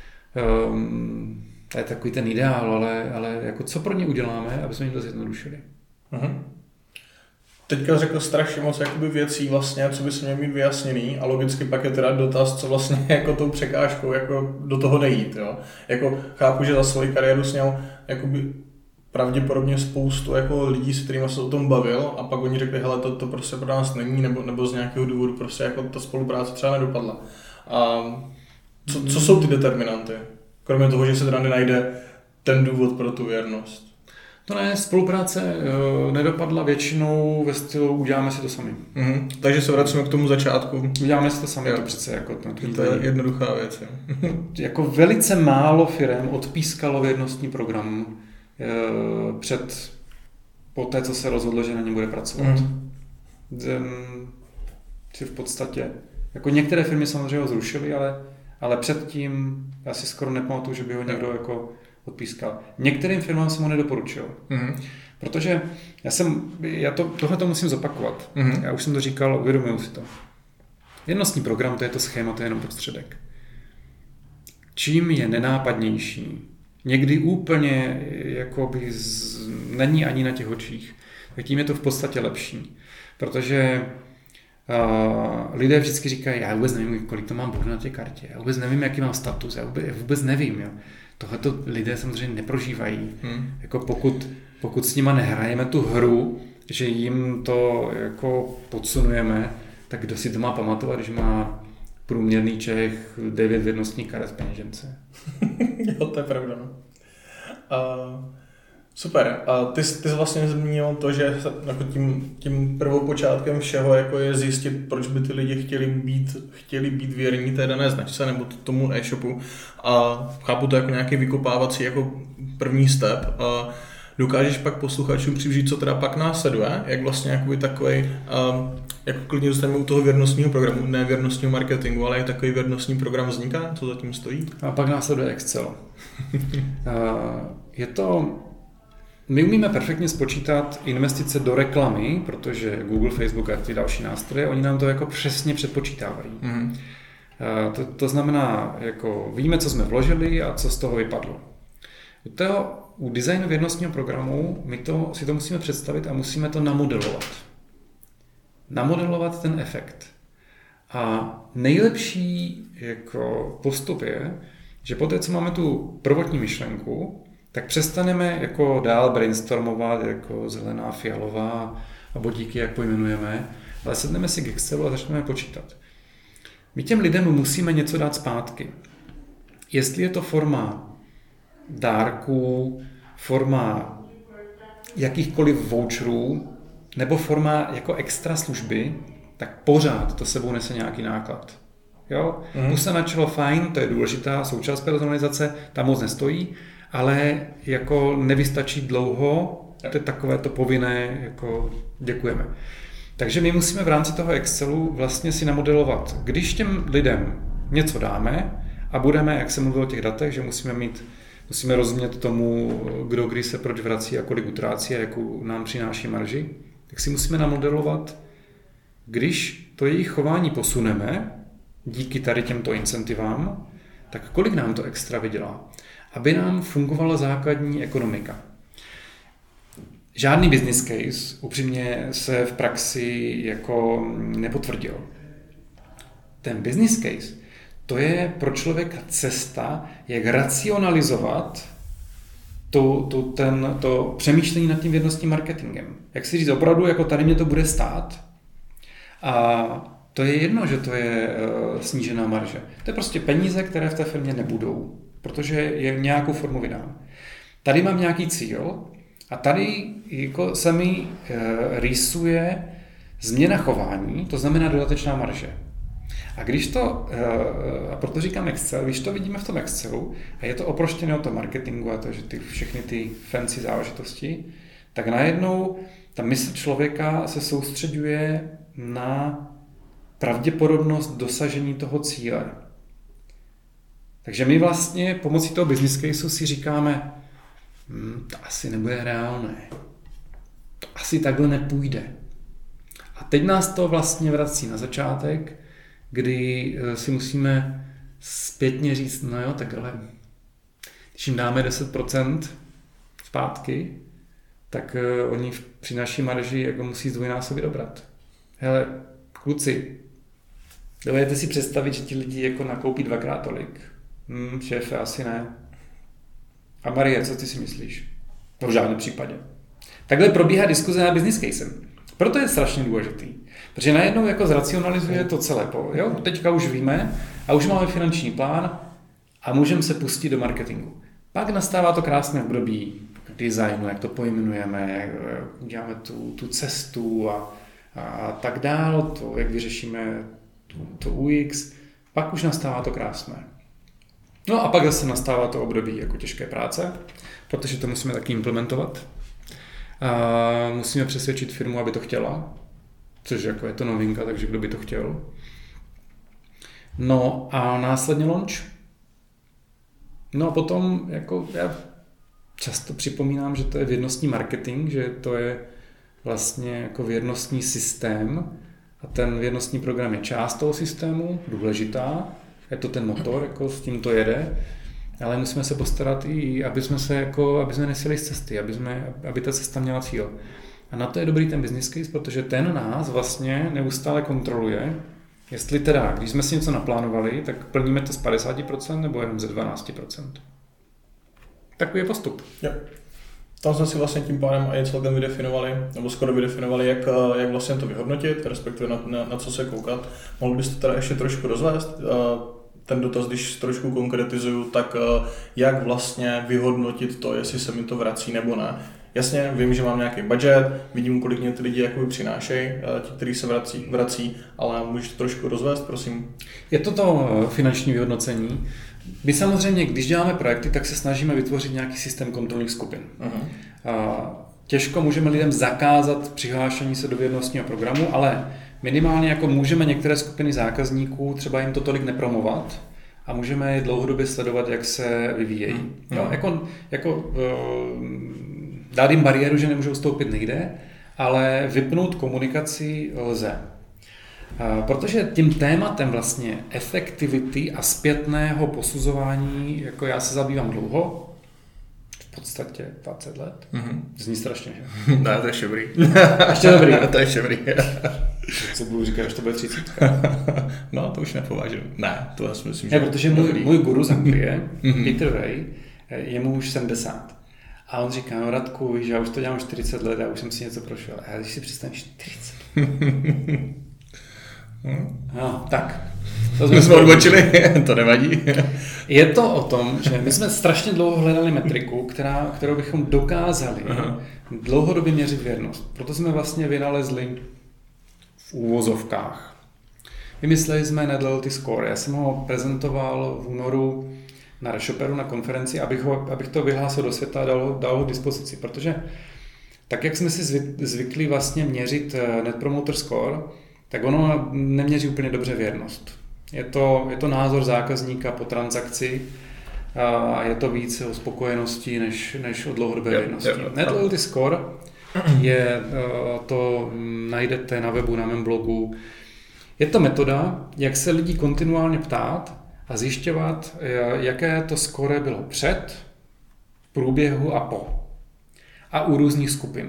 S2: um, to je takový ten ideál, ale, ale jako co pro ně uděláme, aby jsme jim to zjednodušili. Uh-huh.
S1: Teďka řekl strašně moc jakoby věcí vlastně, co by se měl mít vyjasněný a logicky pak je teda dotaz, co vlastně jako tou překážkou jako do toho nejít. Jo? Jako chápu, že za svoji kariéru sněl jakoby pravděpodobně spoustu jako lidí, s kterými se o tom bavil a pak oni řekli, hele, to, to prostě pro nás není, nebo, nebo z nějakého důvodu prostě jako ta spolupráce třeba nedopadla. A co, co jsou ty determinanty? Kromě toho, že se teda nenajde ten důvod pro tu věrnost.
S2: To ne, spolupráce uh, nedopadla většinou ve stylu uděláme si to sami.
S1: Mm-hmm. Takže se vracíme k tomu začátku.
S2: Uděláme si to sami, jo. To přece jako... To,
S1: to je jednoduchá věc.
S2: Jako velice málo firem odpískalo věrnostní program uh, před po té, co se rozhodlo, že na něm bude pracovat. Mm. Ten, si v podstatě... Jako některé firmy samozřejmě ho zrušily, ale, ale předtím já si skoro nepamatuju, že by ho někdo jako odpískal. Některým firmám jsem ho nedoporučil. Mm-hmm. Protože já jsem, já to, tohle to musím zopakovat. Mm-hmm. Já už jsem to říkal, uvědomuju si to. Věrnostní program, to je to schéma, to je jenom prostředek. čím je nenápadnější, někdy úplně jakoby z, není ani na těch očích, tak tím je to v podstatě lepší. Protože uh, lidé vždycky říkají, já vůbec nevím, kolik to mám bodů na té kartě, já vůbec nevím, jaký mám status, já vůbec, já vůbec nevím. Jo. Tohleto lidé samozřejmě neprožívají. Hmm. Jako pokud, pokud s nima nehrajeme tu hru, že jim to jako podsunujeme, tak kdo si to má pamatovat, že má průměrný Čech devět věrnostních karet v peněžence.
S1: Jo, to je pravda. No. Uh, super. A ty, ty jsi vlastně zmínil to, že jako tím, tím prvopočátkem všeho jako je zjistit, proč by ty lidi chtěli být, chtěli být věrní té dané značce nebo tomu e-shopu. A chápu to jako nějaký vykopávací jako první step. A dokážeš pak posluchačům přiblížit, co teda pak následuje, jak vlastně jakoby takovej, um, jako klidně dostaneme u toho věrnostního programu, ne věrnostního marketingu, ale jak takový věrnostní program vzniká, co zatím stojí?
S2: A pak následuje Excel. Je to, my umíme perfektně spočítat investice do reklamy, protože Google, Facebook a ty další nástroje, oni nám to jako přesně předpočítávají. Mm-hmm. To, to znamená, jako víme, co jsme vložili a co z toho vypadlo. U, toho, u designu věrnostního programu my to, si to musíme představit a musíme to namodelovat. Namodelovat ten efekt. A nejlepší jako postup je, že poté, co máme tu prvotní myšlenku, tak přestaneme jako dál brainstormovat jako zelená, fialová a bodíky, jak pojmenujeme, ale sedneme si k Excelu a začneme počítat. My těm lidem musíme něco dát zpátky. Jestli je to forma dárků, forma jakýchkoliv voucherů nebo forma jako extra služby, tak pořád to sebou nese nějaký náklad. Jo? Mm. Musa na čelo fajn, to je důležitá součást personalizace, tam moc nestojí, ale jako nevystačí dlouho, to je takové to povinné, jako děkujeme. Takže my musíme v rámci toho Excelu vlastně si namodelovat, když těm lidem něco dáme a budeme, jak jsem mluvil o těch datech, že musíme mít Musíme rozumět tomu, kdo kdy se proč vrací a kolik utrácí a jakou nám přináší marži. Tak si musíme namodelovat, když to jejich chování posuneme díky tady těmto incentivám, tak kolik nám to extra vydělá, aby nám fungovala základní ekonomika. Žádný business case upřímně se v praxi jako nepotvrdil. Ten business case, to je pro člověka cesta, jak racionalizovat to, to, ten, to přemýšlení nad tím věrnostním marketingem. Jak si říct, opravdu, jako tady mě to bude stát. A to je jedno, že to je uh, snížená marže. To je prostě peníze, které v té firmě nebudou, protože je nějakou formu vydám. Tady mám nějaký cíl a tady jako se mi uh, rýsuje změna chování, to znamená dodatečná marže. A když to, a proto říkám Excel, když to vidíme v tom Excelu a je to oproštěné od toho marketingu a to, že ty, všechny ty fancy záležitosti, tak najednou ta mysl člověka se soustředuje na pravděpodobnost dosažení toho cíle. Takže my vlastně pomocí toho business caseu si říkáme, hm, to asi nebude reálné, to asi takhle nepůjde. A teď nás to vlastně vrací na začátek, kdy si musíme zpětně říct, no jo, tak ale když jim dáme deset procent zpátky, tak oni při naší marži jako musí zdvojnásobit obrat. Hele, kluci, dovedete si představit, že ti lidi jako nakoupí dvakrát tolik? Hmm, šéfe, asi ne. A Marie, co ty si myslíš? No v žádném případě. Takhle probíhá diskuze na business casem. Proto je strašně důležitý. Protože najednou jako zracionalizuje to celé. Jo? Teďka už víme a už máme finanční plán a můžeme se pustit do marketingu. Pak nastává to krásné období designu, jak to pojmenujeme, jak uděláme tu, tu cestu a, a tak dál, to, jak vyřešíme tu, to U X. Pak už nastává to krásné. No a pak zase nastává to období jako těžké práce, protože to musíme taky implementovat. A musíme přesvědčit firmu, aby to chtěla, což jako je to novinka, takže kdo by to chtěl. No a následně launch. No a potom jako já často připomínám, že to je věrnostní marketing, že to je vlastně jako věrnostní systém a ten věrnostní program je část toho systému, důležitá, je to ten motor, jako s tím to jede, ale musíme se postarat i, aby jsme se jako, aby jsme nesjeli z cesty, aby, jsme, aby ta cesta měla cíl. A na to je dobrý ten business case, protože ten nás vlastně neustále kontroluje, jestli teda, když jsme si něco naplánovali, tak plníme to z padesát procent nebo jenom ze dvanáct procent. Takový je postup.
S1: Jo. Tam jsme si vlastně tím pádem i celkem vydefinovali, nebo skoro vydefinovali, jak, jak vlastně to vyhodnotit, respektive na, na, na co se koukat. Mohl byste teda ještě trošku rozvést ten dotaz, když trošku konkretizuju, tak jak vlastně vyhodnotit to, jestli se mi to vrací nebo ne. Jasně, vím, že mám nějaký budget, vidím, kolik mě ty lidi jakoby přinášejí, ti, kteří se vrací, vrací, ale můžeš to trošku rozvést, prosím?
S2: Je to to finanční vyhodnocení. My samozřejmě, když děláme projekty, tak se snažíme vytvořit nějaký systém kontrolních skupin. Uh-huh. Těžko můžeme lidem zakázat přihlášení se do věrnostního programu, ale minimálně jako můžeme některé skupiny zákazníků třeba jim to tolik nepromovat a můžeme je dlouhodobě sledovat, jak se vyvíjejí. Uh-huh. Jo, jako, jako uh, dát jim bariéru, že nemůžou vstoupit nejde, ale vypnout komunikaci lze. Protože tím tématem vlastně efektivity a zpětného posuzování, jako já se zabývám dlouho, v podstatě dvacet let, mm-hmm. Zní strašně, že?
S1: Ne, to je šebrý.
S2: Ještě dobrý.
S1: To je šebrý.
S2: Co budu říkat, že to bude třicítka?
S1: No, to už nepovážím. Ne, to já si myslím,
S2: že... Ne, protože můj, můj guru z Anglie, Peter Ray, je mu už sedmdesát. A on říká, no Radku, víš, já už to dělám čtyřicet let, já už jsem si něco prošel. A když si představím čtyřicet. No, tak.
S1: To jsme, jsme odbočili, to nevadí.
S2: Je to o tom, že my jsme strašně dlouho hledali metriku, která, kterou bychom dokázali Aha. dlouhodobě měřit věrnost. Proto jsme vlastně vynalezli v úvozovkách. Vymysleli jsme Net Loyalty Score. Já jsem ho prezentoval v únoru na Reshoperu na konferenci, abych, ho, abych to vyhlásil do světa a dal, dal ho k dispozici. Protože tak, jak jsme si zvykli vlastně měřit Net Promoter Score, tak ono neměří úplně dobře věrnost. Je to, je to názor zákazníka po transakci a je to více o spokojenosti než, než o dlouhodobé yep, věrnosti. Yep, Net Loyalty Score je, to najdete na webu, na mém blogu. Je to metoda, jak se lidí kontinuálně ptát a zjišťovat, jaké to score bylo před, v průběhu a po. A u různých skupin.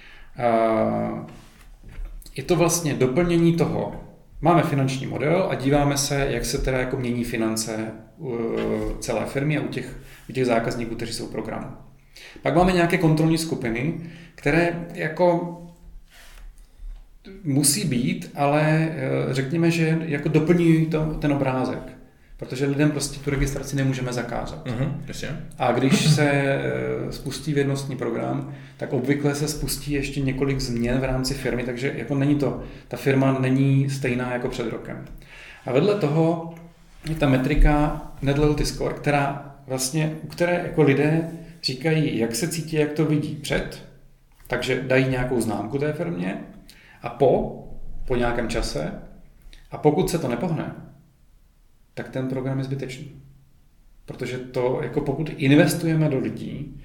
S2: Je to vlastně doplnění toho. Máme finanční model a díváme se, jak se teda jako mění finance celé firmy a u těch, u těch zákazníků, kteří jsou v programu. Pak máme nějaké kontrolní skupiny, které jako musí být, ale řekněme, že jako doplňují to, ten obrázek. Protože lidem prostě tu registraci nemůžeme zakázat.
S1: Uh-huh,
S2: a když se spustí věrnostní program, tak obvykle se spustí ještě několik změn v rámci firmy, takže jako není to, ta firma není stejná jako před rokem. A vedle toho je ta metrika Net Loyalty Score, která vlastně, u které jako lidé říkají, jak se cítí, jak to vidí před, takže dají nějakou známku té firmě a po, po nějakém čase, a pokud se to nepohne, tak ten program je zbytečný. Protože to, jako pokud investujeme do lidí,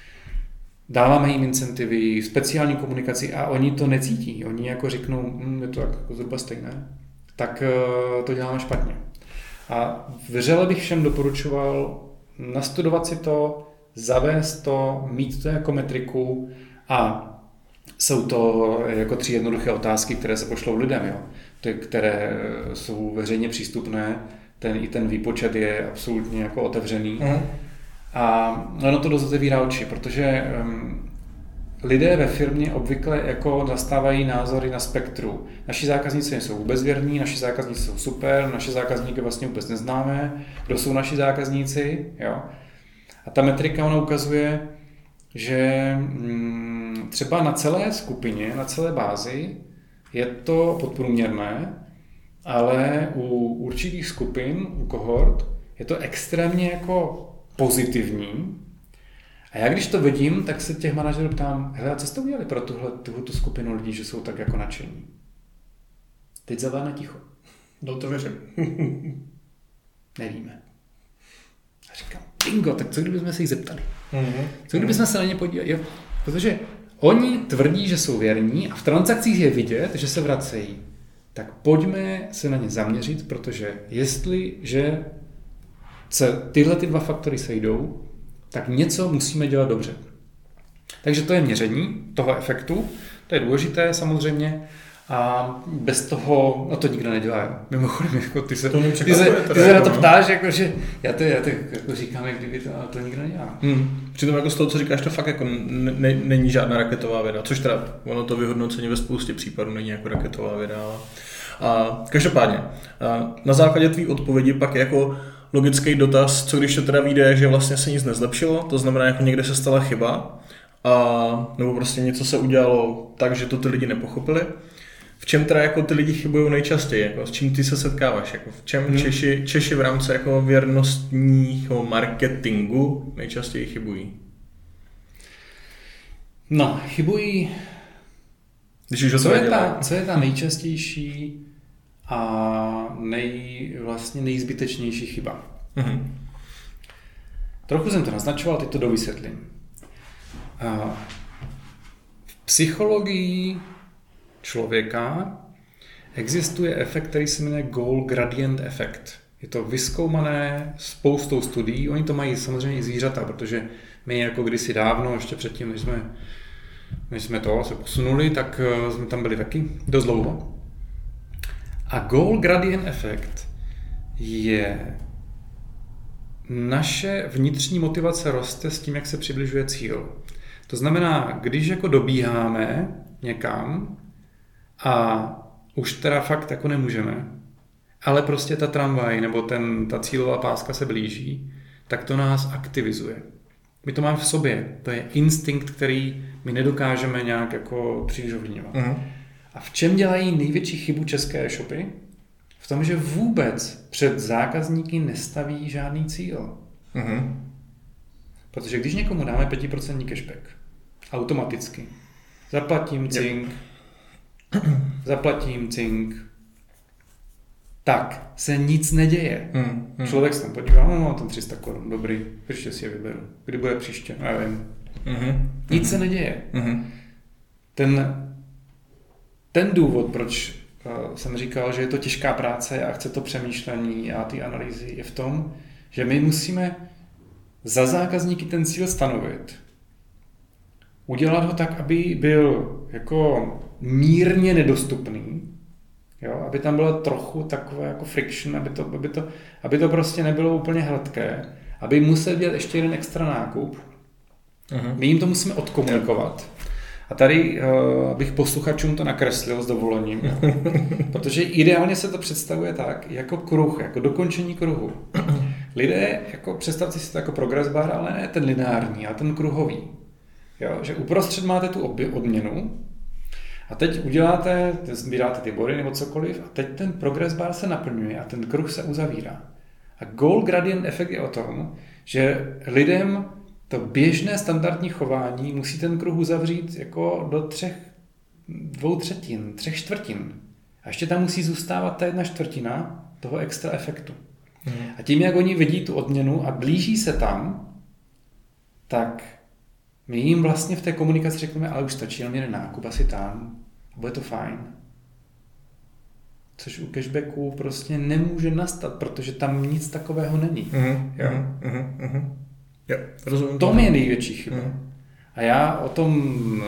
S2: dáváme jim incentivy, speciální komunikaci a oni to necítí. Oni jako řeknou, hm, je to jako zhruba stejné, tak to děláme špatně. A vřele bych všem doporučoval nastudovat si to, zavést to, mít to jako metriku a jsou to jako tři jednoduché otázky, které se pošlou lidem, jo? Ty, které jsou veřejně přístupné. Ten, i ten výpočet je absolutně jako otevřený. Mm. A ono to dost otevírá oči, protože um, lidé ve firmě obvykle jako zastávají názory na spektru. Naši zákazníci jsou vůbec věrní, naši zákazníci jsou super, naše zákazníky vlastně vůbec neznáme, kdo jsou naši zákazníci. Jo? A ta metrika ona ukazuje, že um, třeba na celé skupině, na celé bázi je to podprůměrné, ale u určitých skupin, u kohort, je to extrémně jako pozitivní. A já když to vidím, tak se těch manažerů ptám, hele, a co jste udělali pro tuhle, tuhle skupinu lidí, že jsou tak jako nadšení? Teď zaváhne ticho.
S1: Do to věřím.
S2: Nevíme. A říkám, bingo, tak co kdybychom se jich zeptali?
S1: Mm-hmm.
S2: Co kdybychom se na ně podívali? Jo, protože oni tvrdí, že jsou věrní a v transakcích je vidět, že se vracejí. tak pojďme se na ně zaměřit, protože jestliže se tyhle ty dva faktory sejdou, tak něco musíme dělat dobře. Takže to je měření toho efektu, to je důležité samozřejmě a bez toho, no to nikdo nedělá. Mimochodem, jako ty se, ty se, ty se na to ptáš, jako, že já to, já to jako říkám, jak kdyby to, to nikdo nedělá.
S1: Hmm. Přitom jako z toho, co říkáš, to fakt jako ne, není žádná raketová věda, což teda ono to vyhodnocení ve spoustě případů není jako raketová věda. Ale... A každopádně, a na základě tvý odpovědi pak je jako logický dotaz, co když to teda vyjde, že vlastně se nic nezlepšilo, to znamená, jako někde se stala chyba, a, nebo prostě něco se udělalo tak, že to ty lidi nepochopili. V čem teda jako ty lidi chybují nejčastěji? Jako, s čím ty se setkáváš? Jako, v čem hmm. Češi, Češi v rámci jako věrnostního marketingu nejčastěji chybují?
S2: No, chybují...
S1: Když už
S2: co, je ta, co je ta nejčastější a nej, vlastně nejzbytečnější chyba? Hmm. Trochu jsem to naznačoval, teď to dovysvětlím. V psychologii člověka existuje efekt, který se jmenuje goal gradient efekt. Je to vyzkoumané spoustou studií, oni to mají samozřejmě i zvířata, protože my jako kdysi dávno, ještě předtím, než jsme, než jsme to se posunuli, tak jsme tam byli taky dost dlouho. A goal gradient efekt je naše vnitřní motivace roste s tím, jak se přibližuje cíl. To znamená, když jako dobíháme někam a už teda fakt jako nemůžeme, ale prostě ta tramvaj nebo ten, ta cílová páska se blíží, tak to nás aktivizuje. My to máme v sobě. To je instinkt, který my nedokážeme nějak jako příliš ovlivňovat. Uh-huh. A v čem dělají největší chybu české e-shopy? V tom, že vůbec před zákazníky nestaví žádný cíl. Uh-huh. Protože když někomu dáme pět procent cashback, automaticky, zaplatím cink, yep. zaplatím cink, tak se nic neděje. Hmm, hmm. Člověk se tam podívá, no, no ten tři sta korun, dobrý, příště si je vyberu. Kdy bude příště? Nevím. Hmm, nic hmm. se neděje. Hmm. Ten, ten důvod, proč uh, jsem říkal, že je to těžká práce a chce to přemýšlení a ty analýzy, je v tom, že my musíme za zákazníky ten cíl stanovit. Udělat ho tak, aby byl jako mírně nedostupný, jo? Aby tam bylo trochu takové jako friction, aby to, aby, to, aby to prostě nebylo úplně hladké, aby musel dělat ještě jeden extra nákup. Uh-huh. My jim to musíme odkomunikovat. A tady uh, bych posluchačům to nakreslil s dovolením, protože ideálně se to představuje tak, jako kruh, jako dokončení kruhu. Lidé, jako představte si to jako progress bar, ale ne ten lineární, ale ten kruhový. Jo, že uprostřed máte tu odměnu a teď uděláte, sbíráte ty body nebo cokoliv a teď ten progress bar se naplňuje a ten kruh se uzavírá. A goal gradient efekt je o tom, že lidem to běžné standardní chování musí ten kruh uzavřít jako do třech, dvou třetin, třech čtvrtin. A ještě tam musí zůstávat ta jedna čtvrtina toho extra efektu. Hmm. A tím, jak oni vidí tu odměnu a blíží se tam, tak my jim vlastně v té komunikaci řekneme, ale už stačí jenom jeden nákup asi tam, bude to fajn. Což u cashbacku prostě nemůže nastat, protože tam nic takového není. Mm, jo? Mm, mm, mm. Jo, rozumím. To mi je největší chyba. Mm. A já o tom uh,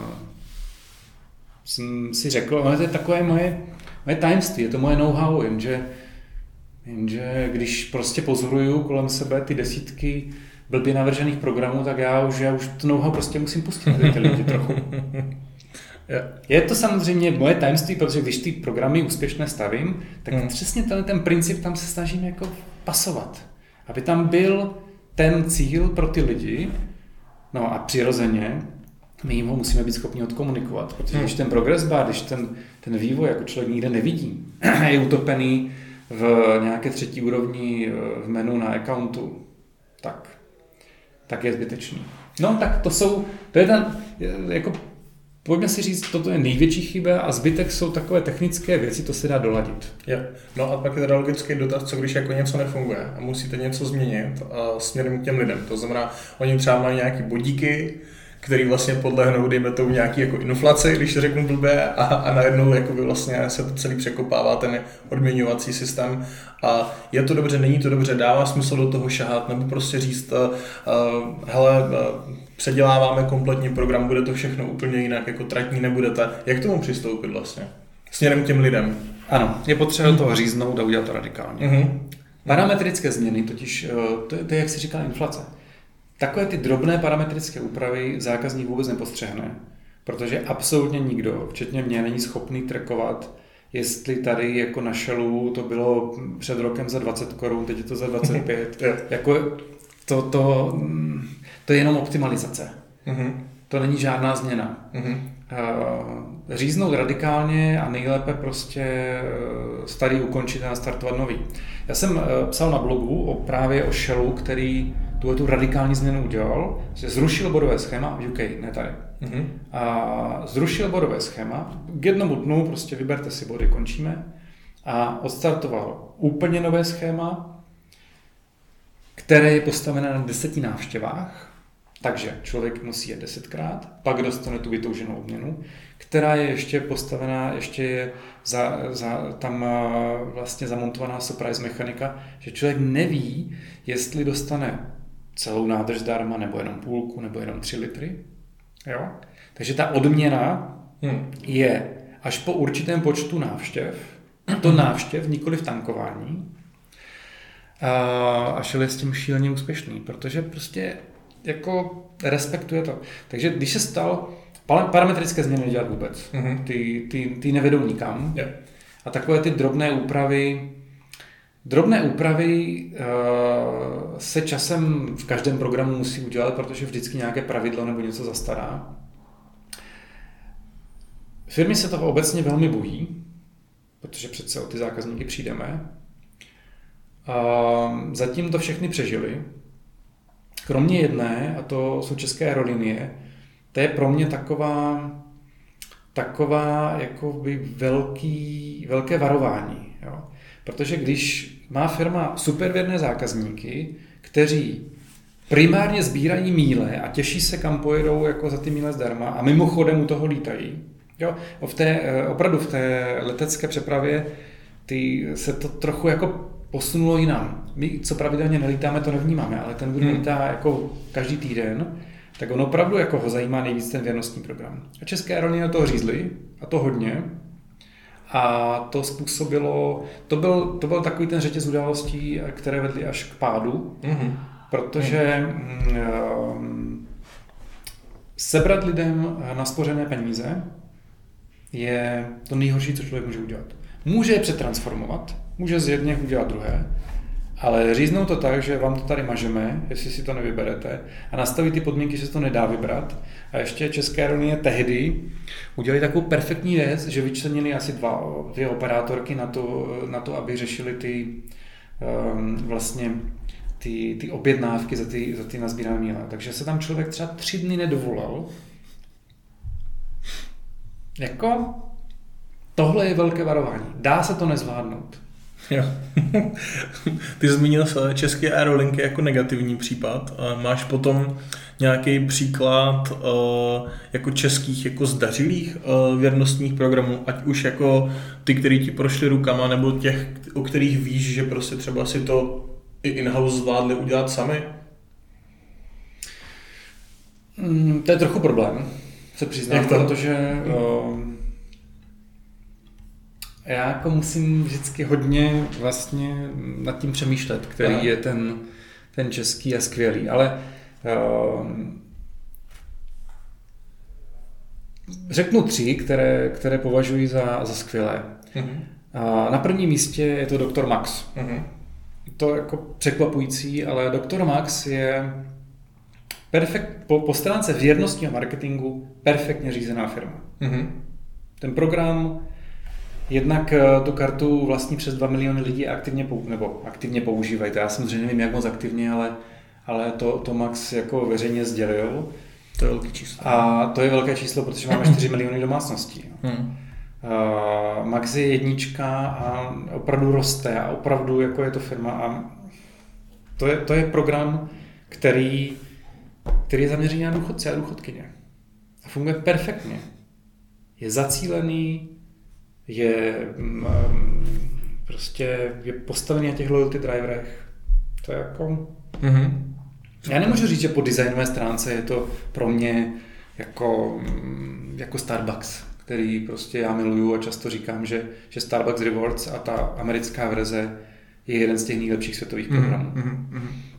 S2: jsem si řekl, ale to je takové moje, moje tajemství, je to moje know-how, jenže, jenže když prostě pozoruju kolem sebe ty desítky blbě navržených programů, tak já už, já už to know-how prostě musím pustit ty lidi trochu. Yeah. Je to samozřejmě moje tajemství, protože když ty programy úspěšně stavím, tak mm. přesně ten, ten princip tam se snažím jako pasovat. Aby tam byl ten cíl pro ty lidi, no a přirozeně my jim ho musíme být schopni odkomunikovat, protože mm. když ten progress bar, když ten, ten vývoj jako člověk nikde nevidí, je utopený v nějaké třetí úrovni v menu na accountu, tak tak je zbytečný. No, tak to jsou, to je ten, jako, pojďme si říct, toto je největší chyba a zbytek jsou takové technické věci, to se dá doladit.
S1: Je. No a pak je teda logický dotaz, co když jako něco nefunguje a musíte něco změnit a směrem k těm lidem. To znamená, oni třeba mají nějaké bodíky, který vlastně podlehnou, dejme tomu nějaký jako inflaci, když to řeknu blbě, a, a najednou jako by vlastně se to celý překopává ten odměňovací systém. A je to dobře, není to dobře, dává smysl do toho šahat, nebo prostě říct, uh, uh, hele, uh, předěláváme kompletní program, bude to všechno úplně jinak, jako tratní nebudete. Jak k tomu přistoupit vlastně? Směrem k těm lidem.
S2: Ano, je potřeba do toho říznout a udělat to radikálně.
S1: Mm-hmm.
S2: Parametrické změny, totiž, to, to je, jak si říká, inflace. Takové ty drobné parametrické úpravy zákazník vůbec nepostřehne, protože absolutně nikdo, včetně mě, není schopný trackovat, jestli tady jako na Shellu to bylo před rokem za dvacet korun, teď je to za dvacet pět. Jako to, to, to je jenom optimalizace. Mm-hmm. To není žádná změna. Mm-hmm. Říznout radikálně a nejlépe prostě starý ukončit a startovat nový. Já jsem psal na blogu o právě o Shellu, který tu, tu radikální změnu udělal, že zrušil bodové schéma v U K, ne tady. Mm-hmm. A zrušil bodové schéma, k jednomu dnu prostě vyberte si body, končíme, a odstartoval úplně nové schéma, které je postavené na deseti návštěvách. Takže člověk musí jet desetkrát, pak dostane tu vytouženou odměnu, která je ještě postavená, ještě je za, za, tam vlastně zamontovaná surprise mechanika, že člověk neví, jestli dostane celou nádrž zdarma, nebo jenom půlku, nebo jenom tři litry. Jo? Takže ta odměna hmm. je až po určitém počtu návštěv, to návštěv, nikoli v tankování. A Shell je s tím šíleně úspěšný, protože prostě jako respektuje to. Takže když se stal, parametrické změny nedělat vůbec. Mm-hmm. Ty, ty, ty nevedou nikam. Yeah. A takové ty drobné úpravy, drobné úpravy uh, se časem v každém programu musí udělat, protože vždycky nějaké pravidlo nebo něco zastará. Firmy se toho obecně velmi bojí, protože přece o ty zákazníky přijdeme. Uh, zatím to všechny přežili. Kromě jedné, a to jsou české aerolinie, to je pro mě taková, taková jakoby velký, velké varování. Jo? Protože když má firma supervěrné zákazníky, kteří primárně sbírají míle a těší se, kam pojedou jako za ty míle zdarma a mimochodem u toho lítají. Jo? V té, opravdu v té letecké přepravě ty, se to trochu jako posunulo jinam. My, co pravidelně nelítáme, to nevnímáme, ale ten, kdo hmm. lítá jako každý týden, tak on opravdu jako ho zajímá nejvíc ten věrnostní program. A české aerolinie toho řízly, a to hodně. A to způsobilo, to byl, to byl takový ten řetěz událostí, které vedly až k pádu, hmm. protože hmm. sebrat lidem naspořené peníze je to nejhorší, co člověk může udělat. Může je přetransformovat, může z jedněch udělat druhé, ale říznou to tak, že vám to tady mažeme, jestli si to nevyberete, a nastaví ty podmínky, že se to nedá vybrat. A ještě české aerolinie tehdy udělali takovou perfektní věc, že vyčlenili asi dva, dvě operátorky na to, na to, aby řešili ty um, vlastně ty, ty objednávky za ty, za ty nazbírané míle. Takže se tam člověk třeba tři dny nedovolal. Jako tohle je velké varování. Dá se to nezvládnout.
S1: Jo. Ty zmínil české aerolinky jako negativní případ. Máš potom nějaký příklad jako českých jako zdařilých věrnostních programů, ať už jako ty, který ti prošly rukama, nebo těch, o kterých víš, že prostě třeba si to i in-house zvládli udělat sami?
S2: Mm, to je trochu problém, se přiznám, protože uh, já jako musím vždycky hodně vlastně nad tím přemýšlet, který Aha. je ten, ten český a skvělý, ale uh, řeknu tři, které, které považuji za, za skvělé. Uh-huh. Uh, na prvním místě je to doktor Max. Uh-huh. To je jako překvapující, ale doktor Max je perfekt, po, po stránce věrnostního marketingu perfektně řízená firma. Uh-huh. Ten program jednak tu kartu vlastní přes dva miliony lidí aktivně, nebo aktivně používají. To já samozřejmě nevím, jak moc aktivně, ale, ale to, to Max jako veřejně sdělil.
S1: To je velké číslo.
S2: A to je velké číslo, protože máme čtyři miliony domácností. Hmm. Uh, Max je jednička a opravdu roste a opravdu jako je to firma. A to je, to je program, který který je zaměřený na důchodce a důchodkyně. A funguje perfektně. Je zacílený, je um, prostě je postavený na těch loyalty driverech. To je jako... Mm-hmm. Já nemůžu říct, že po designové stránce je to pro mě jako, jako Starbucks, který prostě já miluju a často říkám, že, že Starbucks Rewards a ta americká verze je jeden z těch nejlepších světových programů. Mm-hmm.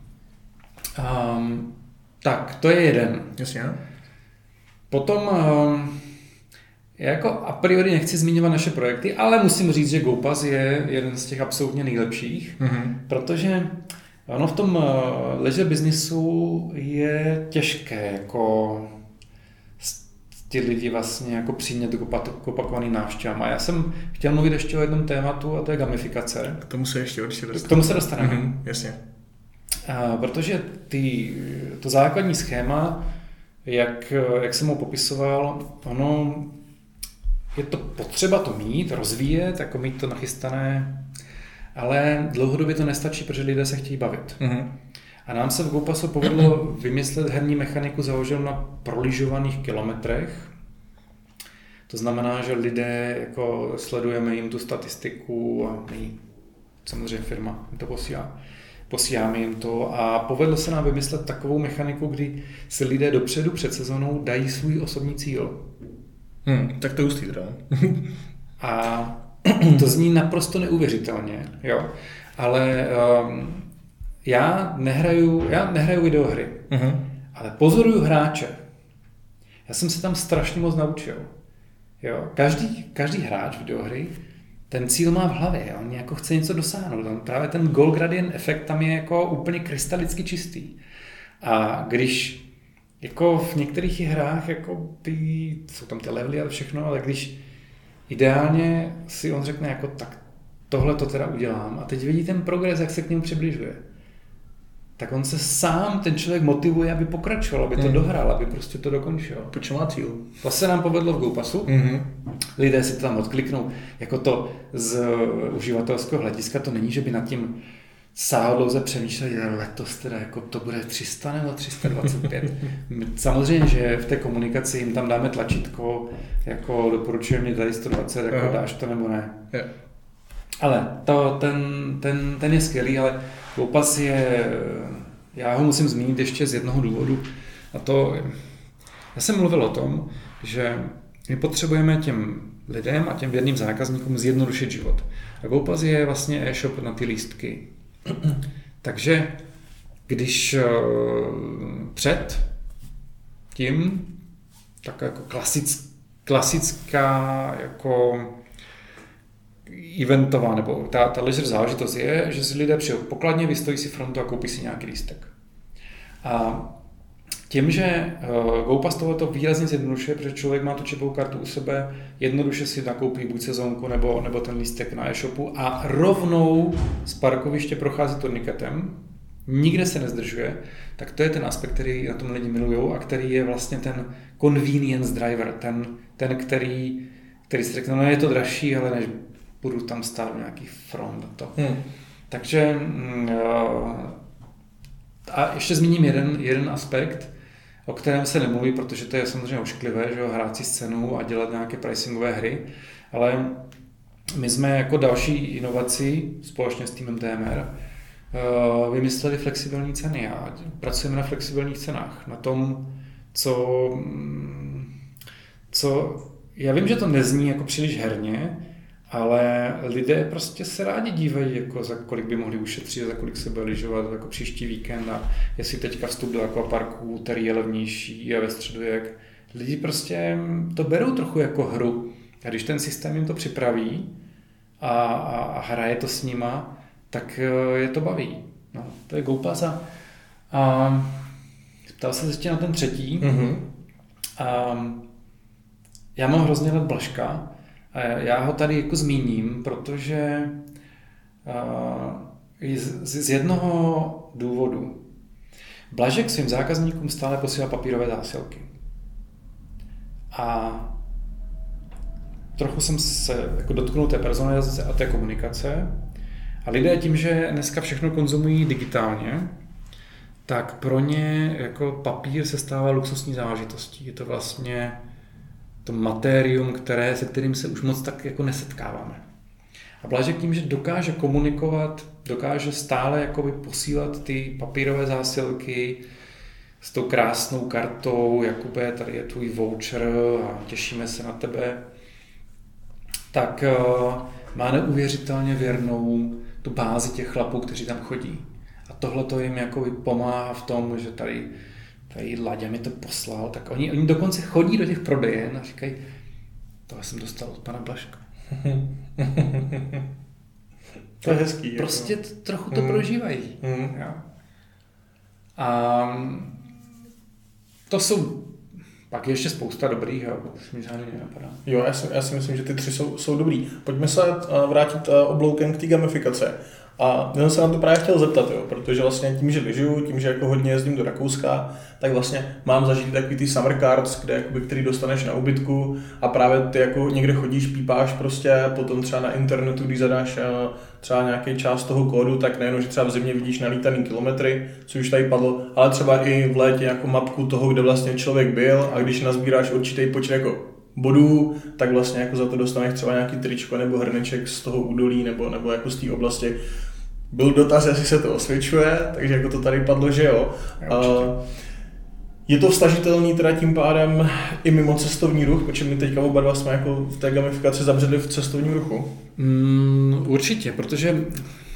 S2: Um, tak, to je jeden.
S1: Jasně.
S2: Potom um, já jako a priori nechci zmiňovat naše projekty, ale musím říct, že GoPass je jeden z těch absolutně nejlepších, mm-hmm. protože ono v tom leisure businessu je těžké jako ty lidi vlastně jako přimět k opakovaným návštěvám. A já jsem chtěl mluvit ještě o jednom tématu a to je gamifikace.
S1: K tomu se ještě určitě dostaneme.
S2: K tomu se dostaneme.
S1: Mm-hmm, jasně.
S2: A, protože ty, to základní schéma, jak, jak jsem ho popisoval, ono je to potřeba to mít, rozvíjet, jako mít to nachystané, ale dlouhodobě to nestačí, protože lidé se chtějí bavit. Mm-hmm. A nám se v GoPassu povedlo vymyslet herní mechaniku založenou na proližovaných kilometrech. To znamená, že lidé, jako sledujeme jim tu statistiku a my, samozřejmě firma to posílá, posíláme jim to a povedlo se nám vymyslet takovou mechaniku, kdy si lidé dopředu před sezónou dají svůj osobní cíl.
S1: Hmm, tak to je hustý teda.
S2: A to zní naprosto neuvěřitelně, jo. Ale um, já nehraju, já nehraju videohry, uh-huh. ale pozoruju hráče. Já jsem se tam strašně moc naučil. Jo. Každý, každý hráč videohry ten cíl má v hlavě, on jako chce něco dosáhnout. On právě ten goal gradient efekt tam je jako úplně krystalicky čistý. A když jako v některých hrách jako ty, jsou tam ty levely a všechno, ale když ideálně si on řekne jako tak tohle to teda udělám a teď vidí ten progres, jak se k němu přibližuje, tak on se sám, ten člověk motivuje, aby pokračoval, aby to mm. dohrál, aby prostě to dokončil.
S1: Proč má cíl?
S2: To se nám povedlo v GoPassu. Mm-hmm. Lidé si to tam odkliknou. Jako to z uživatelského hlediska to není, že by nad tím sáhodlouze přemýšleli, letos teda jako to bude tři sta nebo tři sta dvacet pět. Samozřejmě, že v té komunikaci jim tam dáme tlačítko, jako doporučujeme mi tady sto dvacet, jako dáš to nebo ne. Yeah. Ale to, ten, ten, ten je skvělý, ale GoPass je, já ho musím zmínit ještě z jednoho důvodu. A to, já jsem mluvil o tom, že my potřebujeme těm lidem a těm věrným zákazníkům zjednodušit život. A GoPass je vlastně e-shop na ty lístky. Takže když před tím, tak jako klasic, klasická jako eventová, nebo ta, ta leisure záležitost je, že si lidé přijou pokladně, vystojí si frontu a koupí si nějaký lístek. A tím, že uh, GoPass tohleto výrazně zjednodušuje, protože člověk má tu čipovou kartu u sebe, jednoduše si nakoupí buď sezónku nebo, nebo ten lístek na e-shopu a rovnou z parkoviště prochází turniketem, nikde se nezdržuje, tak to je ten aspekt, který na tom lidi milujou a který je vlastně ten convenience driver, ten, ten který, který si řekne, no je to dražší, ale než budu tam stát nějaký front a to. Hmm. Takže uh, a ještě zmíním jeden, jeden aspekt, o kterém se nemluví, protože to je samozřejmě ošklivé, že jo, hrát si scénu a dělat nějaké pricingové hry, ale my jsme jako další inovaci společně s týmem T M R uh, vymysleli flexibilní ceny a pracujeme na flexibilních cenách, na tom, co, co já vím, že to nezní jako příliš herně, ale lidé prostě se rádi dívají, jako za kolik by mohli ušetřit, za kolik se bude lyžovat jako příští víkend a jestli teďka vstup do akvaparku, který je levnější a ve středu jak. Lidi prostě to berou trochu jako hru a když ten systém jim to připraví a, a, a hraje to s nima, tak je to baví. No, to je GoPass a, a ptal se ještě na ten třetí. Mm-hmm. A já mám hrozně rád Blažka. Já ho tady jako zmíním, protože uh, z, z jednoho důvodu. Blažek svým zákazníkům stále posílá papírové zásilky. A trochu jsem se jako dotknul té personalizace a té komunikace. A lidé tím, že dneska všechno konzumují digitálně, tak pro ně jako papír se stává luxusní záležitostí. Je to vlastně to materium, které, se kterým se už moc tak jako nesetkáváme. A Blažek tím, že dokáže komunikovat, dokáže stále jakoby posílat ty papírové zásilky s tou krásnou kartou, Jakube, tady je tvůj voucher a těšíme se na tebe, tak uh, má neuvěřitelně věrnou tu bázi těch chlapů, kteří tam chodí. A tohle to jim jakoby pomáhá v tom, že tady, tady Láďa mi to poslal, tak oni, oni dokonce chodí do těch prodejen a říkají, tohle jsem dostal od pana Blažka.
S1: To je hezký.
S2: Prostě
S1: jako.
S2: trochu to mm. prožívají.
S1: Mm.
S2: Jo. A to jsou pak ještě spousta dobrých, jo, už mi žádný nenapadá.
S1: Jo, já si, já si myslím, že ty tři jsou, jsou dobrý. Pojďme se vrátit obloukem k té gamifikace. A já jsem se na to právě chtěl zeptat, jo, protože vlastně tím, že lyžuju, tím, že jako hodně jezdím do Rakouska, tak vlastně mám zažít takový ty summer cards, kde, jakoby, který dostaneš na ubytku a právě ty jako někde chodíš, pípáš prostě, potom třeba na internetu, když zadáš třeba nějaký část toho kódu, tak nejenom, že třeba v zimě vidíš nalítaný kilometry, co už tady padlo, ale třeba i v létě jako mapku toho, kde vlastně člověk byl a když nazbíráš určitý počet jako bodů, tak vlastně jako za to dostaneš třeba nějaký tričko nebo hrneček z toho údolí nebo, nebo jako z té oblasti. Byl dotaz, jestli se to osvědčuje, takže jako to tady padlo, že jo. Uh, je to vztažitelný teda tím pádem i mimo cestovní ruch, protože my teďka oba dva jsme jako v té gamifikaci zabředli v cestovním ruchu?
S2: Mm, určitě, protože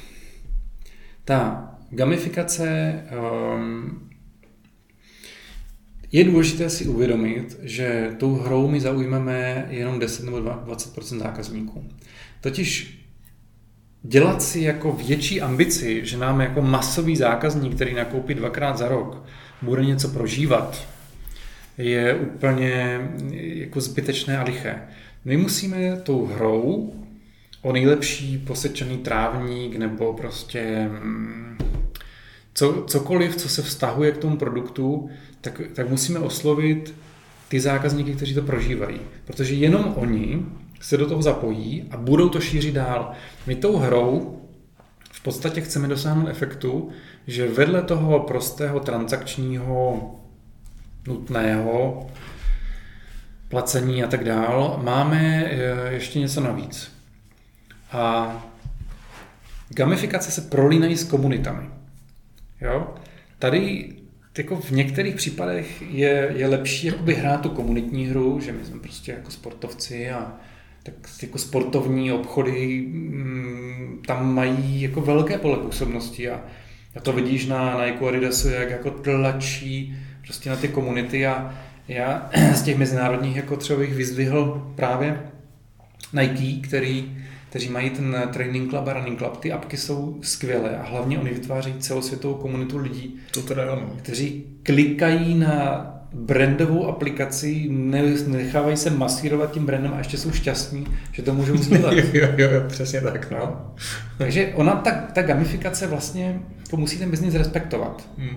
S2: ta gamifikace um, je důležité si uvědomit, že tou hrou my zaujmeme jenom deset nebo dvacet procent zákazníků. Totiž dělat si jako větší ambici, že nám jako masový zákazník, který nakoupí dvakrát za rok, bude něco prožívat, je úplně jako zbytečné a liché. My musíme tou hrou o nejlepší posečený trávník nebo prostě co, cokoliv, co se vztahuje k tomu produktu, tak, tak musíme oslovit ty zákazníky, kteří to prožívají. Protože jenom oni se do toho zapojí a budou to šířit dál. My tou hrou v podstatě chceme dosáhnout efektu, že vedle toho prostého transakčního nutného placení a tak dál máme ještě něco navíc. A gamifikace se prolínají s komunitami. Jo? Tady jako v některých případech je, je lepší jakoby hrát tu komunitní hru, že my jsme prostě jako sportovci a tak jako sportovní obchody m, tam mají jako velké pole působnosti a, a to vidíš na Nike Adidasu, jak jako tlačí prostě na ty komunity a já z těch mezinárodních jako třeba bych vyzdvihl právě Nike, který, kteří mají ten Training Club a Running Club. Ty apky jsou skvělé a hlavně oni vytváří celosvětovou komunitu lidí,
S1: to teda ano.
S2: Kteří klikají na brandovou aplikaci, nechávají se masírovat tím brandem a ještě jsou šťastní, že to můžou sdílet.
S1: jo, jo, jo, přesně tak. No.
S2: Takže ona, ta, ta gamifikace vlastně to musí ten biznis respektovat. Hmm.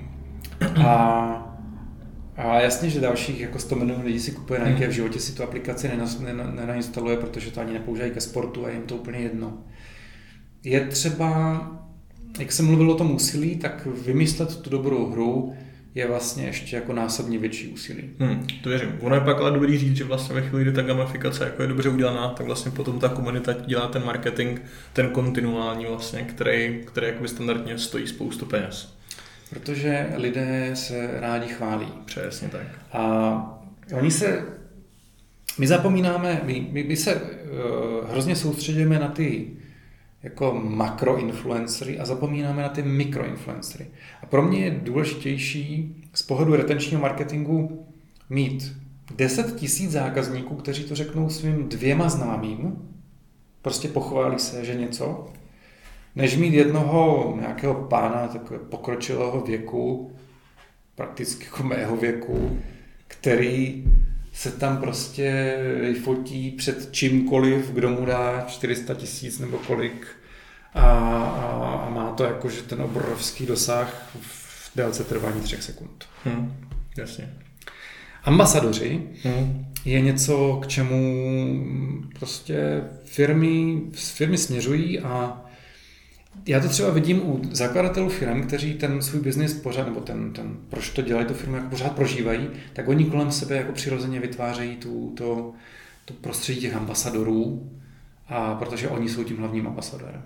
S2: A A jasně, že dalších jako sto milionů lidí si kupuje Nike, v životě si tu aplikaci nenainstaluje, protože to ani nepoužívají ke sportu a jim to úplně jedno. Je třeba, jak jsem mluvil o tom úsilí, tak vymyslet tu dobrou hru je vlastně ještě jako násobně větší úsilí. Hmm,
S1: to věřím. Ono je pak ale dobrý říct, že vlastně ve chvíli, kdy ta gamifikace jako je dobře udělaná, tak vlastně potom ta komunita dělá ten marketing, ten kontinuální vlastně, který, který jakoby standardně stojí spoustu peněz.
S2: Protože lidé se rádi chválí.
S1: Přesně tak.
S2: A oni se, my zapomínáme, my, my, my se uh, hrozně soustředíme na ty jako makroinfluencery a zapomínáme na ty mikroinfluencery. A pro mě je důležitější z pohledu retenčního marketingu mít deset tisíc zákazníků, kteří to řeknou svým dvěma známým, prostě pochválí se, že něco, než mít jednoho nějakého pána takového pokročilého věku, prakticky jako mého věku, který se tam prostě fotí před čímkoliv, kdo mu dá čtyři sta tisíc nebo kolik a, a, a má to jakože ten obrovský dosah v délce trvání třech sekund.
S1: Hmm, jasně.
S2: Ambasadoři
S1: hmm.
S2: je něco, k čemu prostě firmy, firmy směřují a Já to třeba vidím u zakladatelů firm, kteří ten svůj biznis pořád, nebo ten, ten, proč to dělají, tu firmu jako pořád prožívají, tak oni kolem sebe jako přirozeně vytvářejí tu, to, to prostředí těch ambasadorů, a protože oni jsou tím hlavním ambasadorem.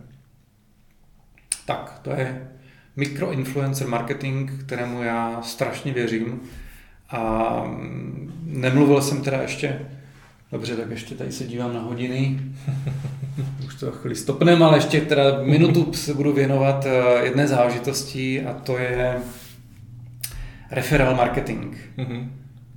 S2: Tak, to je mikroinfluencer marketing, kterému já strašně věřím. A nemluvil jsem teda ještě, dobře, tak ještě tady se dívám na hodiny, už to chvíli stopneme, ale ještě teda minutu se budu věnovat jedné záležitosti a to je referral marketing. Mm-hmm.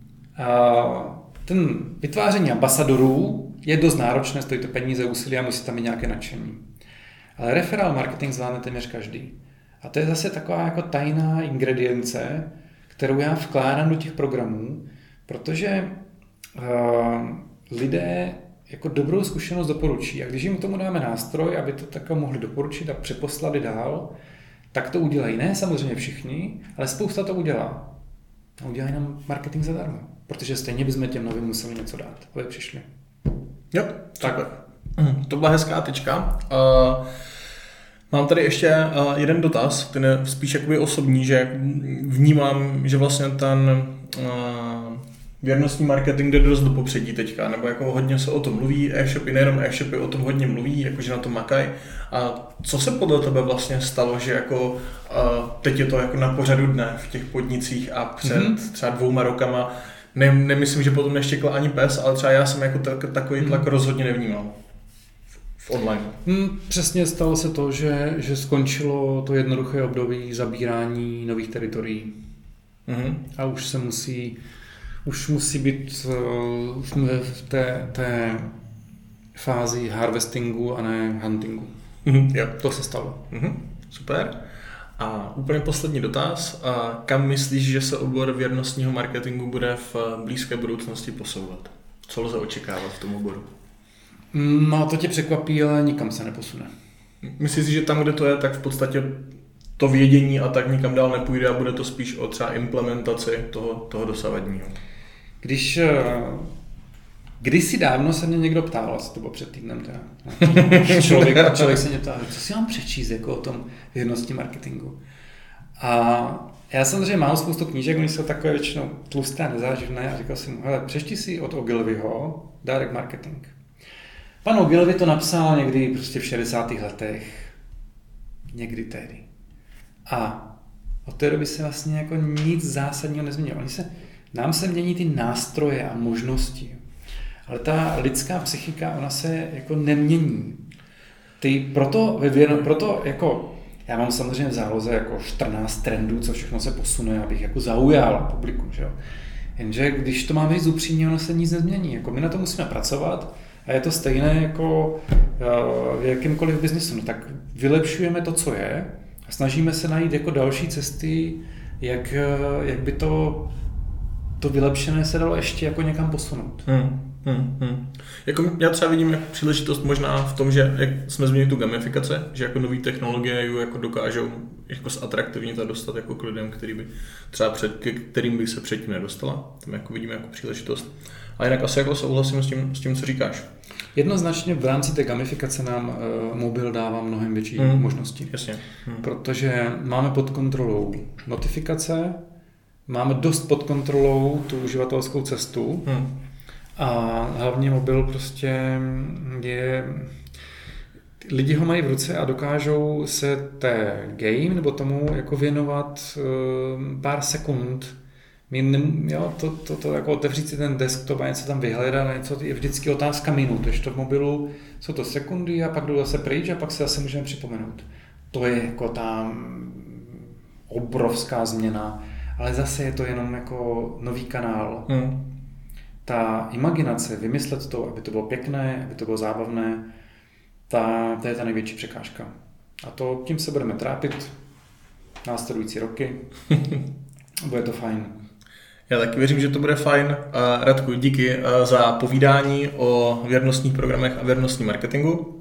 S2: A ten vytváření ambasadorů je dost náročné, stojí to peníze, úsilí a musí tam mít nějaké nadšení. Ale referral marketing zvládne téměř každý. A to je zase taková jako tajná ingredience, kterou já vkládám do těch programů, protože uh, lidé jako dobrou zkušenost doporučí. A když jim k tomu dáme nástroj, aby to takhle mohli doporučit a přeposlali dál, tak to udělají. Ne samozřejmě všichni, ale spousta to udělá. A udělají nám marketing zadarmo. Protože stejně bychom těm novým museli něco dát, aby přišli.
S1: Jo, tak. To byla hezká tečka. Uh, mám tady ještě uh, jeden dotaz, ten je spíš jakoby osobní, že vnímám, že vlastně ten uh, věrnostní marketing jde dost do popředí teďka, nebo jako hodně se o tom mluví, e-shopy, nejenom e-shopy o tom hodně mluví, jakože na to makají. A co se podle tebe vlastně stalo, že jako uh, teď je to jako na pořadu dne v těch podnicích a před mm-hmm. třeba dvouma rokama, ne, nemyslím, že potom neštěkl ani pes, ale třeba já jsem jako tak, takový tlak mm. rozhodně nevnímal v, v online.
S2: Mm, přesně stalo se to, že, že skončilo to jednoduché období zabírání nových teritorií. Mm-hmm. A už se musí už musí být uh, v té, té fázi harvestingu a ne huntingu.
S1: Mm-hmm. Jo.
S2: To se stalo.
S1: Mm-hmm. Super. A úplně poslední dotaz. A kam myslíš, že se obor věrnostního marketingu bude v blízké budoucnosti posouvat? Co lze očekávat v tom oboru?
S2: No, to tě překvapí, ale nikam se neposune.
S1: Myslíš si, že tam, kde to je, tak v podstatě to vědění a tak nikam dál nepůjde a bude to spíš o třeba implementaci toho, toho dosavadního?
S2: Když Kdysi dávno se mě někdo ptal, asi to bylo před týdnem teda, člověk, a člověk se mě ptal, co si mám přečíst jako o tom věrnostním marketingu. A já samozřejmě mám spoustu knížek, oni jsou takové většinou tlusté a nezáživné a říkal jsem mu, hele, přečti si od Ogilvyho Direct Marketing. Pan Ogilvy to napsal někdy prostě v šedesátých letech, někdy tehdy. A od té doby se vlastně jako nic zásadního nezměnilo. Oni se, nám se mění ty nástroje a možnosti. Ale ta lidská psychika, ona se jako nemění. Ty proto, proto jako, já mám samozřejmě v záloze jako čtrnáct trendů, co všechno se posune, abych jako zaujal publikum, že jo. Jenže když to máme říct upřímně, ono se nic nezmění. Jako my na to musíme pracovat a je to stejné jako v jakýmkoliv biznesu. No, tak vylepšujeme to, co je a snažíme se najít jako další cesty, jak, jak by to, to vylepšené se dalo ještě jako někam posunout.
S1: Hmm. Hmm, hmm. Jako já třeba vidím jako příležitost možná v tom, že jak jsme změnili tu gamifikace, že jako nové technologie ju jako dokážou jako zatraktivnit a dostat jako k lidem, který by třeba před, k kterým by se předtím nedostala. Tam jako vidíme jako příležitost. A jinak asi jako souhlasím s tím, s tím, co říkáš.
S2: Jednoznačně v rámci té gamifikace nám uh, mobil dává mnohem větší hmm. možnosti.
S1: Jasně. Hmm.
S2: Protože máme pod kontrolou notifikace, máme dost pod kontrolou tu uživatelskou cestu, hmm. A hlavně mobil prostě je... Lidi ho mají v ruce a dokážou se té game nebo tomu jako věnovat uh, pár sekund. Jo, to, to, to jako otevřít si ten desktop a něco tam vyhledat, něco je vždycky otázka minut. Když to v mobilu jsou to sekundy a pak jdu zase pryč a pak se zase můžeme připomenout. To je jako ta obrovská změna, ale zase je to jenom jako nový kanál. Hmm. Ta imaginace, vymyslet to, aby to bylo pěkné, aby to bylo zábavné, ta, to je ta největší překážka. A to tím se budeme trápit následující roky. Bude to fajn.
S1: Já taky věřím, že to bude fajn. Radku, díky za povídání o věrnostních programech a věrnostním marketingu.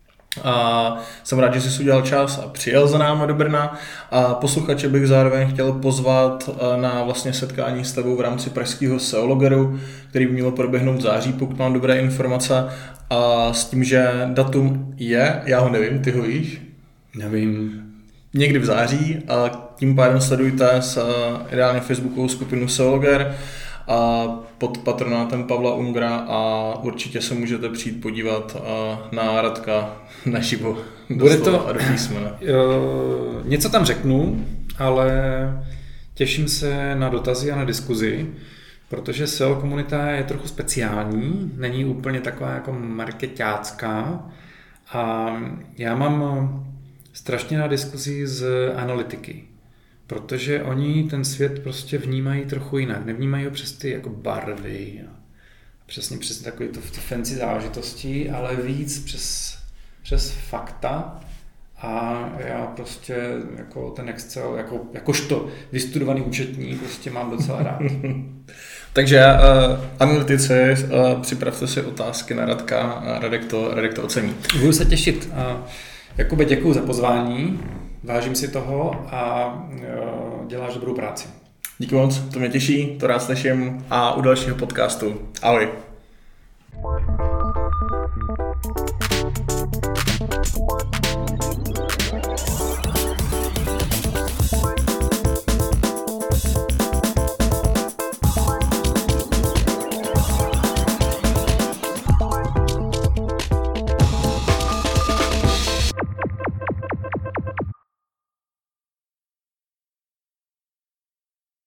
S1: A jsem rád, že jsi udělal čas a přijel za náma do Brna. A posluchače bych zároveň chtěl pozvat na vlastně setkání s tebou v rámci pražského S E O Logeru, který by mělo proběhnout v září, pokud mám dobré informace. A s tím, že datum je, já ho nevím, ty ho víš?
S2: Nevím.
S1: Někdy v září a tím pádem sledujte s ideálně facebookovou skupinu S E O Logger a pod patronátem Pavla Ungera a určitě se můžete přijít podívat na Radka naživo.
S2: Bude to,
S1: a do písmene.
S2: Něco tam řeknu, ale těším se na dotazy a na diskuzi, protože S E O komunita je trochu speciální, není úplně taková jako markeťácká a já mám strašně na diskuzi z analytiky, protože oni ten svět prostě vnímají trochu jinak, nevnímají ho přes ty jako barvy a přesně přes takové to, to fancy záležitosti, ale víc přes, přes fakta. A já prostě jako ten Excel, jako, jakožto vystudovaný účetní, prostě mám docela rád.
S1: Takže uh, analytici, uh, připravte si otázky na Radka a Radek to, Radek to ocení.
S2: Budu se těšit. Uh, Jakube, děkuju za pozvání, vážím si toho a uh, děláš dobrou práci.
S1: Díky moc, to mě těší, to rád slyším a u dalšího podcastu. Ahoj.